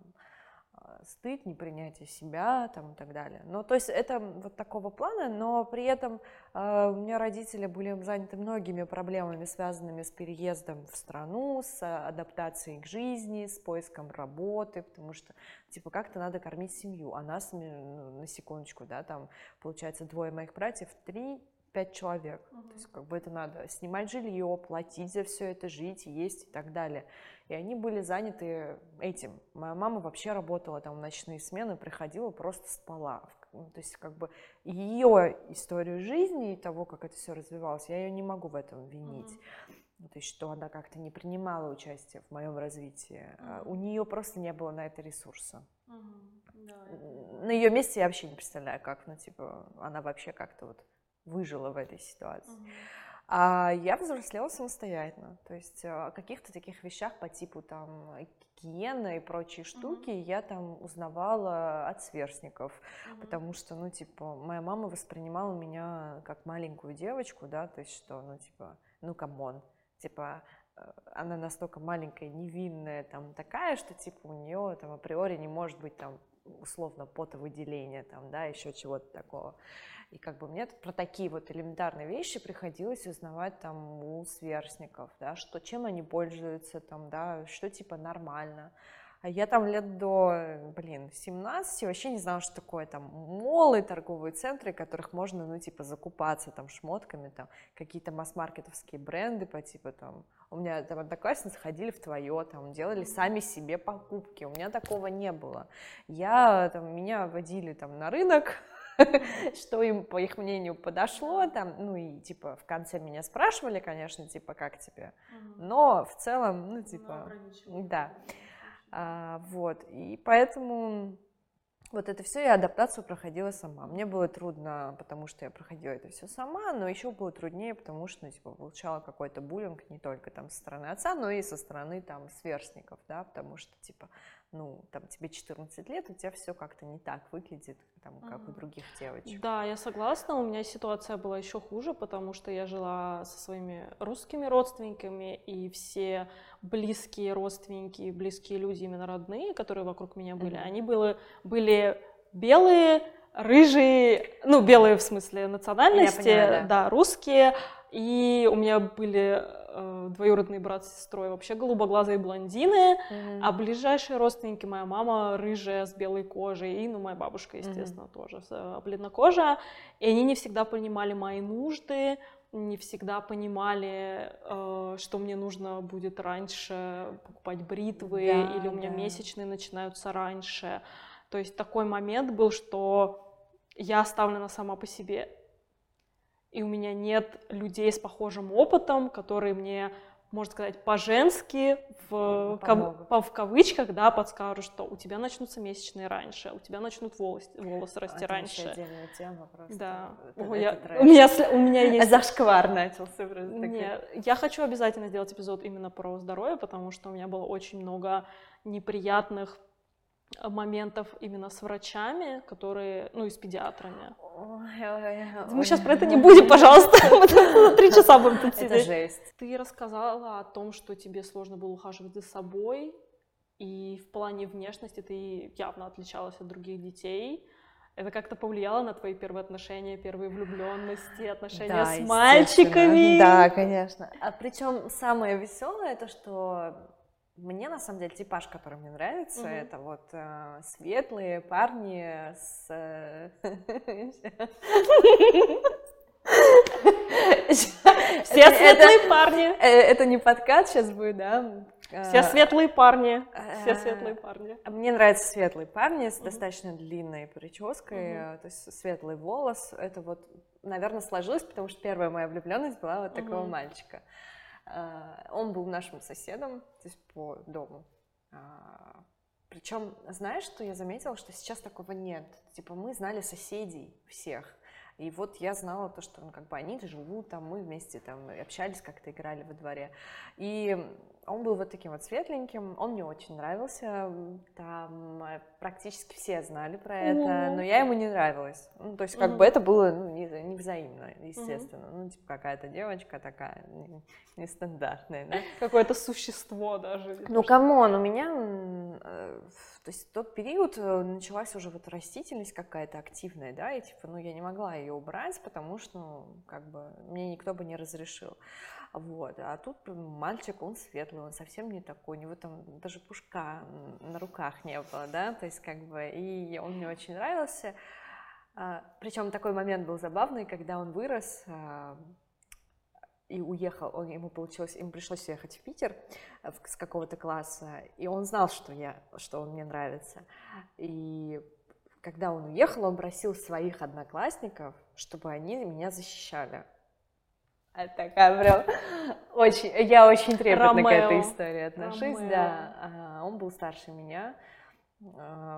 стыд, непринятие себя, там, и так далее. Ну, то есть это вот такого плана, но при этом э, у меня родители были заняты многими проблемами, связанными с переездом в страну, с адаптацией к жизни, с поиском работы, потому что, типа, как-то надо кормить семью, а нас, ну, на секундочку, да, там, получается, двое моих братьев, три, пять человек, uh-huh. то есть, как бы, это надо снимать жилье, платить за все это, жить, есть и так далее. И они были заняты этим. Моя мама вообще работала там в ночные смены, приходила, просто спала. То есть, как бы, ее историю жизни и того, как это все развивалось, я ее не могу в этом винить. Mm-hmm. То есть, что она как-то не принимала участие в моем развитии. Mm-hmm. У нее просто не было на это ресурса. Mm-hmm. Yeah. На ее месте я вообще не представляю, как, ну, типа, она вообще как-то вот выжила в этой ситуации. Mm-hmm. А я взрослела самостоятельно, то есть о каких-то таких вещах по типу там гигиены и прочие штуки mm-hmm. я там узнавала от сверстников, mm-hmm. потому что, ну, типа, моя мама воспринимала меня как маленькую девочку, да, то есть что, ну, типа, ну, камон, типа, она настолько маленькая, невинная, там, такая, что, типа, у нее там априори не может быть там условно потовыделения, там, да, еще чего-то такого. И как бы мне про такие вот элементарные вещи приходилось узнавать там у сверстников, да, что, чем они пользуются, там, да, что типа нормально. А я там лет до, блин, семнадцати вообще не знала, что такое там моллы, торговые центры, в которых можно, ну, типа, закупаться там шмотками, там, какие-то масс-маркетовские бренды по типу там, у меня там одноклассницы ходили в твое, там, делали сами себе покупки, у меня такого не было. Я, там, меня водили там на рынок, что им, по их мнению, подошло, там, ну, и, типа, в конце меня спрашивали, конечно, типа, как тебе, но в целом, ну, типа, да. А, вот, и поэтому вот это все, я адаптацию проходила сама. Мне было трудно, потому что я проходила это все сама, но еще было труднее, потому что, ну, типа, получала какой-то буллинг не только там со стороны отца, но и со стороны там сверстников, да, потому что, типа, ну, там, тебе четырнадцать лет, у тебя все как-то не так выглядит, там, как mm-hmm. у других девочек. Да, я согласна, у меня ситуация была еще хуже, потому что я жила со своими русскими родственниками, и все близкие родственники, близкие люди, именно родные, которые вокруг меня были, mm-hmm. они были, были белые, рыжие, ну, белые в смысле национальности, я понимаю, да. да, русские, и у меня были э, двоюродные брат с сестрой вообще голубоглазые блондины, mm-hmm. а ближайшие родственники, моя мама рыжая с белой кожей, и, ну, моя бабушка, естественно, mm-hmm. тоже бледнокожая, и они не всегда понимали мои нужды, не всегда понимали, э, что мне нужно будет раньше покупать бритвы, да, или у меня да. месячные начинаются раньше. То есть такой момент был, что я оставлена сама по себе, и у меня нет людей с похожим опытом, которые мне, можно сказать, по-женски, в, кав... в кавычках, да, подскажут, что у тебя начнутся месячные раньше, у тебя начнут волосы, волосы расти это раньше. Это отдельная тема просто. Да. Это, О, это я... у, меня, у меня есть... Зашквар начался. Нет, я хочу обязательно сделать эпизод именно про здоровье, потому что у меня было очень много неприятных моментов именно с врачами, которые, ну, и с педиатрами. Ой, ой, ой. Мы сейчас про это не будем, пожалуйста, мы тут три часа будем тут сидеть. Это жесть. Ты рассказала о том, что тебе сложно было ухаживать за собой, и в плане внешности ты явно отличалась от других детей. Это как-то повлияло на твои первые отношения, первые влюбленности, отношения да, с мальчиками? Да, конечно. А причем самое веселое, это что мне на самом деле типаж, который мне нравится, угу. это вот э, светлые парни с... Все светлые парни. Это не подкат сейчас будет, да? Все светлые парни. Все светлые парни. Мне нравятся светлые парни с достаточно длинной прической, то есть светлый волос. Это вот, наверное, сложилось, потому что первая моя влюбленность была вот такого мальчика. Он был нашим соседом, то есть по дому. Причем, знаешь, что я заметила, что сейчас такого нет. Типа мы знали соседей всех. И вот я знала то, что ну, как бы они живут там, мы вместе там общались, как-то играли во дворе. И он был вот таким вот светленьким, он мне очень нравился, там практически все знали про это, mm-hmm. но я ему не нравилась. Ну, то есть как mm-hmm. бы это было ну, не, не взаимно, естественно. Mm-hmm. Ну, типа какая-то девочка такая нестандартная, да? Какое-то существо даже. Ну, камон, у меня, то есть в тот период началась уже вот растительность какая-то активная, да, и типа, ну, я не могла ее убрать, потому что, ну, как бы, мне никто бы не разрешил. Вот, а тут мальчик, он светлый, он совсем не такой, у него там даже пушка на руках не было, да, то есть как бы, и он мне очень нравился. Причем такой момент был забавный, когда он вырос и уехал, он, ему получилось, ему пришлось уехать в Питер с какого-то класса, и он знал, что я, что он мне нравится, и когда он уехал, он просил своих одноклассников, чтобы они меня защищали. Это такая прям очень, я очень трепетно Ромео. К этой истории отношусь, Ромео. Да. Он был старше меня. У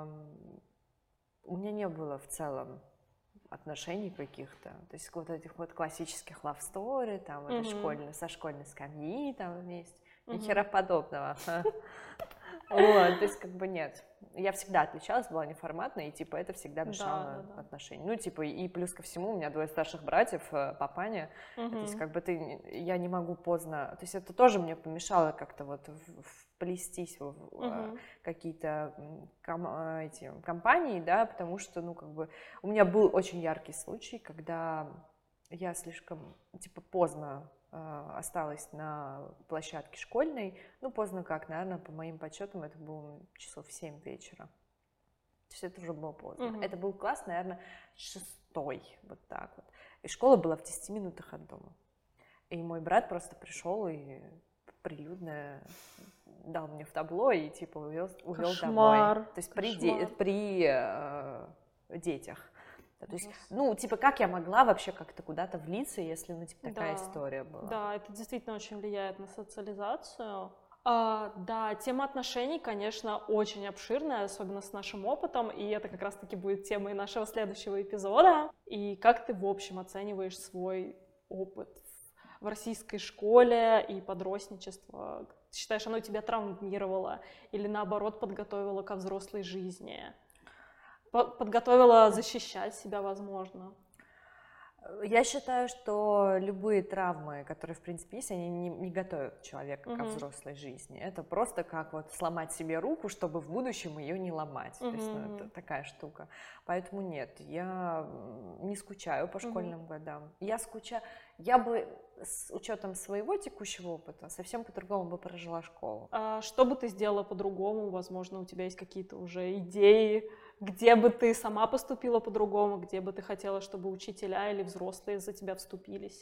меня не было в целом отношений каких-то, то есть вот этих вот классических love story, там mm-hmm. это школьно, со школьной скамьи там вместе, mm-hmm. ни хера подобного. Вот, то есть как бы нет. Я всегда отличалась, была неформатной, и типа это всегда мешало да, да, да. отношениям. Ну, типа, и плюс ко всему, у меня двое старших братьев, папаня, угу. то есть как бы ты, я не могу поздно, то есть это тоже мне помешало как-то вот вплестись в угу. какие-то ком, эти компании, да, потому что, ну, как бы, у меня был очень яркий случай, когда я слишком, типа, поздно осталась на площадке школьной, ну, поздно как, наверное, по моим подсчетам, это было часов в семь вечера. То есть это уже было поздно. Uh-huh. Это был класс, наверное, шестой, вот так вот. И школа была в десяти минутах от дома. И мой брат просто пришел и прилюдно дал мне в табло и, типа, увел, увел домой. То есть при, де- при э, детях. Да, то есть, ну, типа, как я могла вообще как-то куда-то влиться, если, ну, типа, такая да, история была? Да, это действительно очень влияет на социализацию. А, да, тема отношений, конечно, очень обширная, особенно с нашим опытом, и это как раз-таки будет темой нашего следующего эпизода. И как ты, в общем, оцениваешь свой опыт в российской школе и подростничество? Ты считаешь, оно тебя травмировало или, наоборот, подготовило ко взрослой жизни? Подготовила защищать себя, возможно. Я считаю, что любые травмы, которые, в принципе, есть, они не, не готовят человека угу. ко взрослой жизни. Это просто как вот сломать себе руку, чтобы в будущем ее не ломать. Угу. То есть, ну, это такая штука. Поэтому нет, я не скучаю по школьным угу. годам. Я скучаю... Я бы с учетом своего текущего опыта совсем по-другому бы прожила школу. А что бы ты сделала по-другому? Возможно, у тебя есть какие-то уже идеи, где бы ты сама поступила по-другому, где бы ты хотела, чтобы учителя или взрослые за тебя вступились?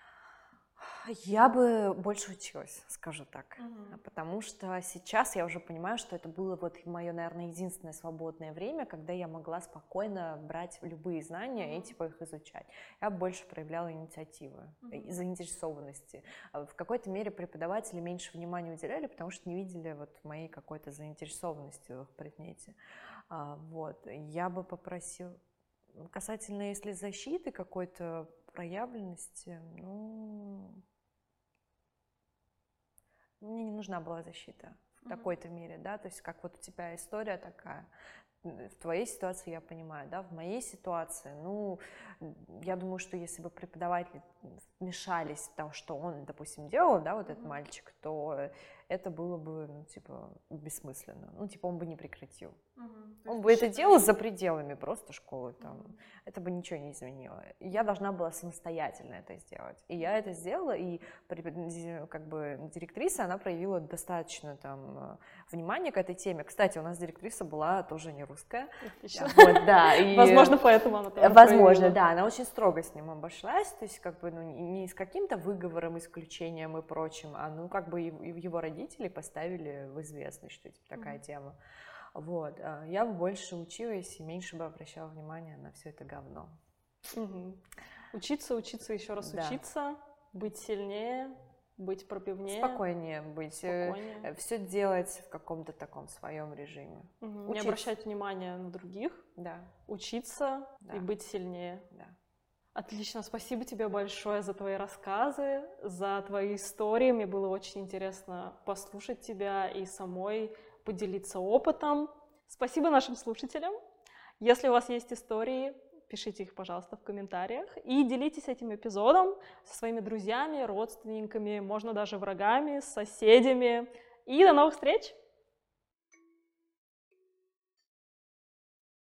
Я бы больше училась, скажу так, угу. потому что сейчас я уже понимаю, что это было вот мое, наверное, единственное свободное время, когда я могла спокойно брать любые знания угу. и типа их изучать. Я больше проявляла инициативы, угу. заинтересованности. В какой-то мере преподаватели меньше внимания уделяли, потому что не видели вот моей какой-то заинтересованности в их предмете. Вот. Я бы попросила, касательно, если защиты какой-то проявленности, ну... Мне не нужна была защита в mm-hmm. такой-то мере, да, то есть как вот у тебя история такая, в твоей ситуации я понимаю, да, в моей ситуации, ну, я думаю, что если бы преподаватели вмешались в то, что он, допустим, делал, да, вот mm-hmm. этот мальчик, то это было бы, ну, типа, бессмысленно, ну, типа, он бы не прекратил. Mm-hmm. Он бы это делал за пределами просто школы, там, mm-hmm. это бы ничего не изменило. Я должна была самостоятельно это сделать, и я это сделала, и как бы директриса, она проявила достаточно там внимания к этой теме. Кстати, у нас директриса была тоже не русская. Вот, да, и... Возможно, поэтому она тоже Возможно, проявила. Да, она очень строго с ним обошлась, то есть как бы, ну, не с каким-то выговором, исключением и прочим, а, ну, как бы его родители поставили в известность, что типа такая mm-hmm. тема. Вот, я бы больше училась и меньше бы обращала внимание на все это говно. Угу. Учиться, учиться, еще раз да. учиться, быть сильнее, быть пробивнее. Спокойнее быть, Спокойнее. Все делать в каком-то таком своем режиме. Угу. Не обращать внимания на других, да. учиться да. и быть сильнее. Да. Отлично, спасибо тебе большое за твои рассказы, за твои истории. Мне было очень интересно послушать тебя и самой поделиться опытом. Спасибо нашим слушателям. Если у вас есть истории, пишите их, пожалуйста, в комментариях. И делитесь этим эпизодом со своими друзьями, родственниками, можно даже врагами, соседями. И до новых встреч!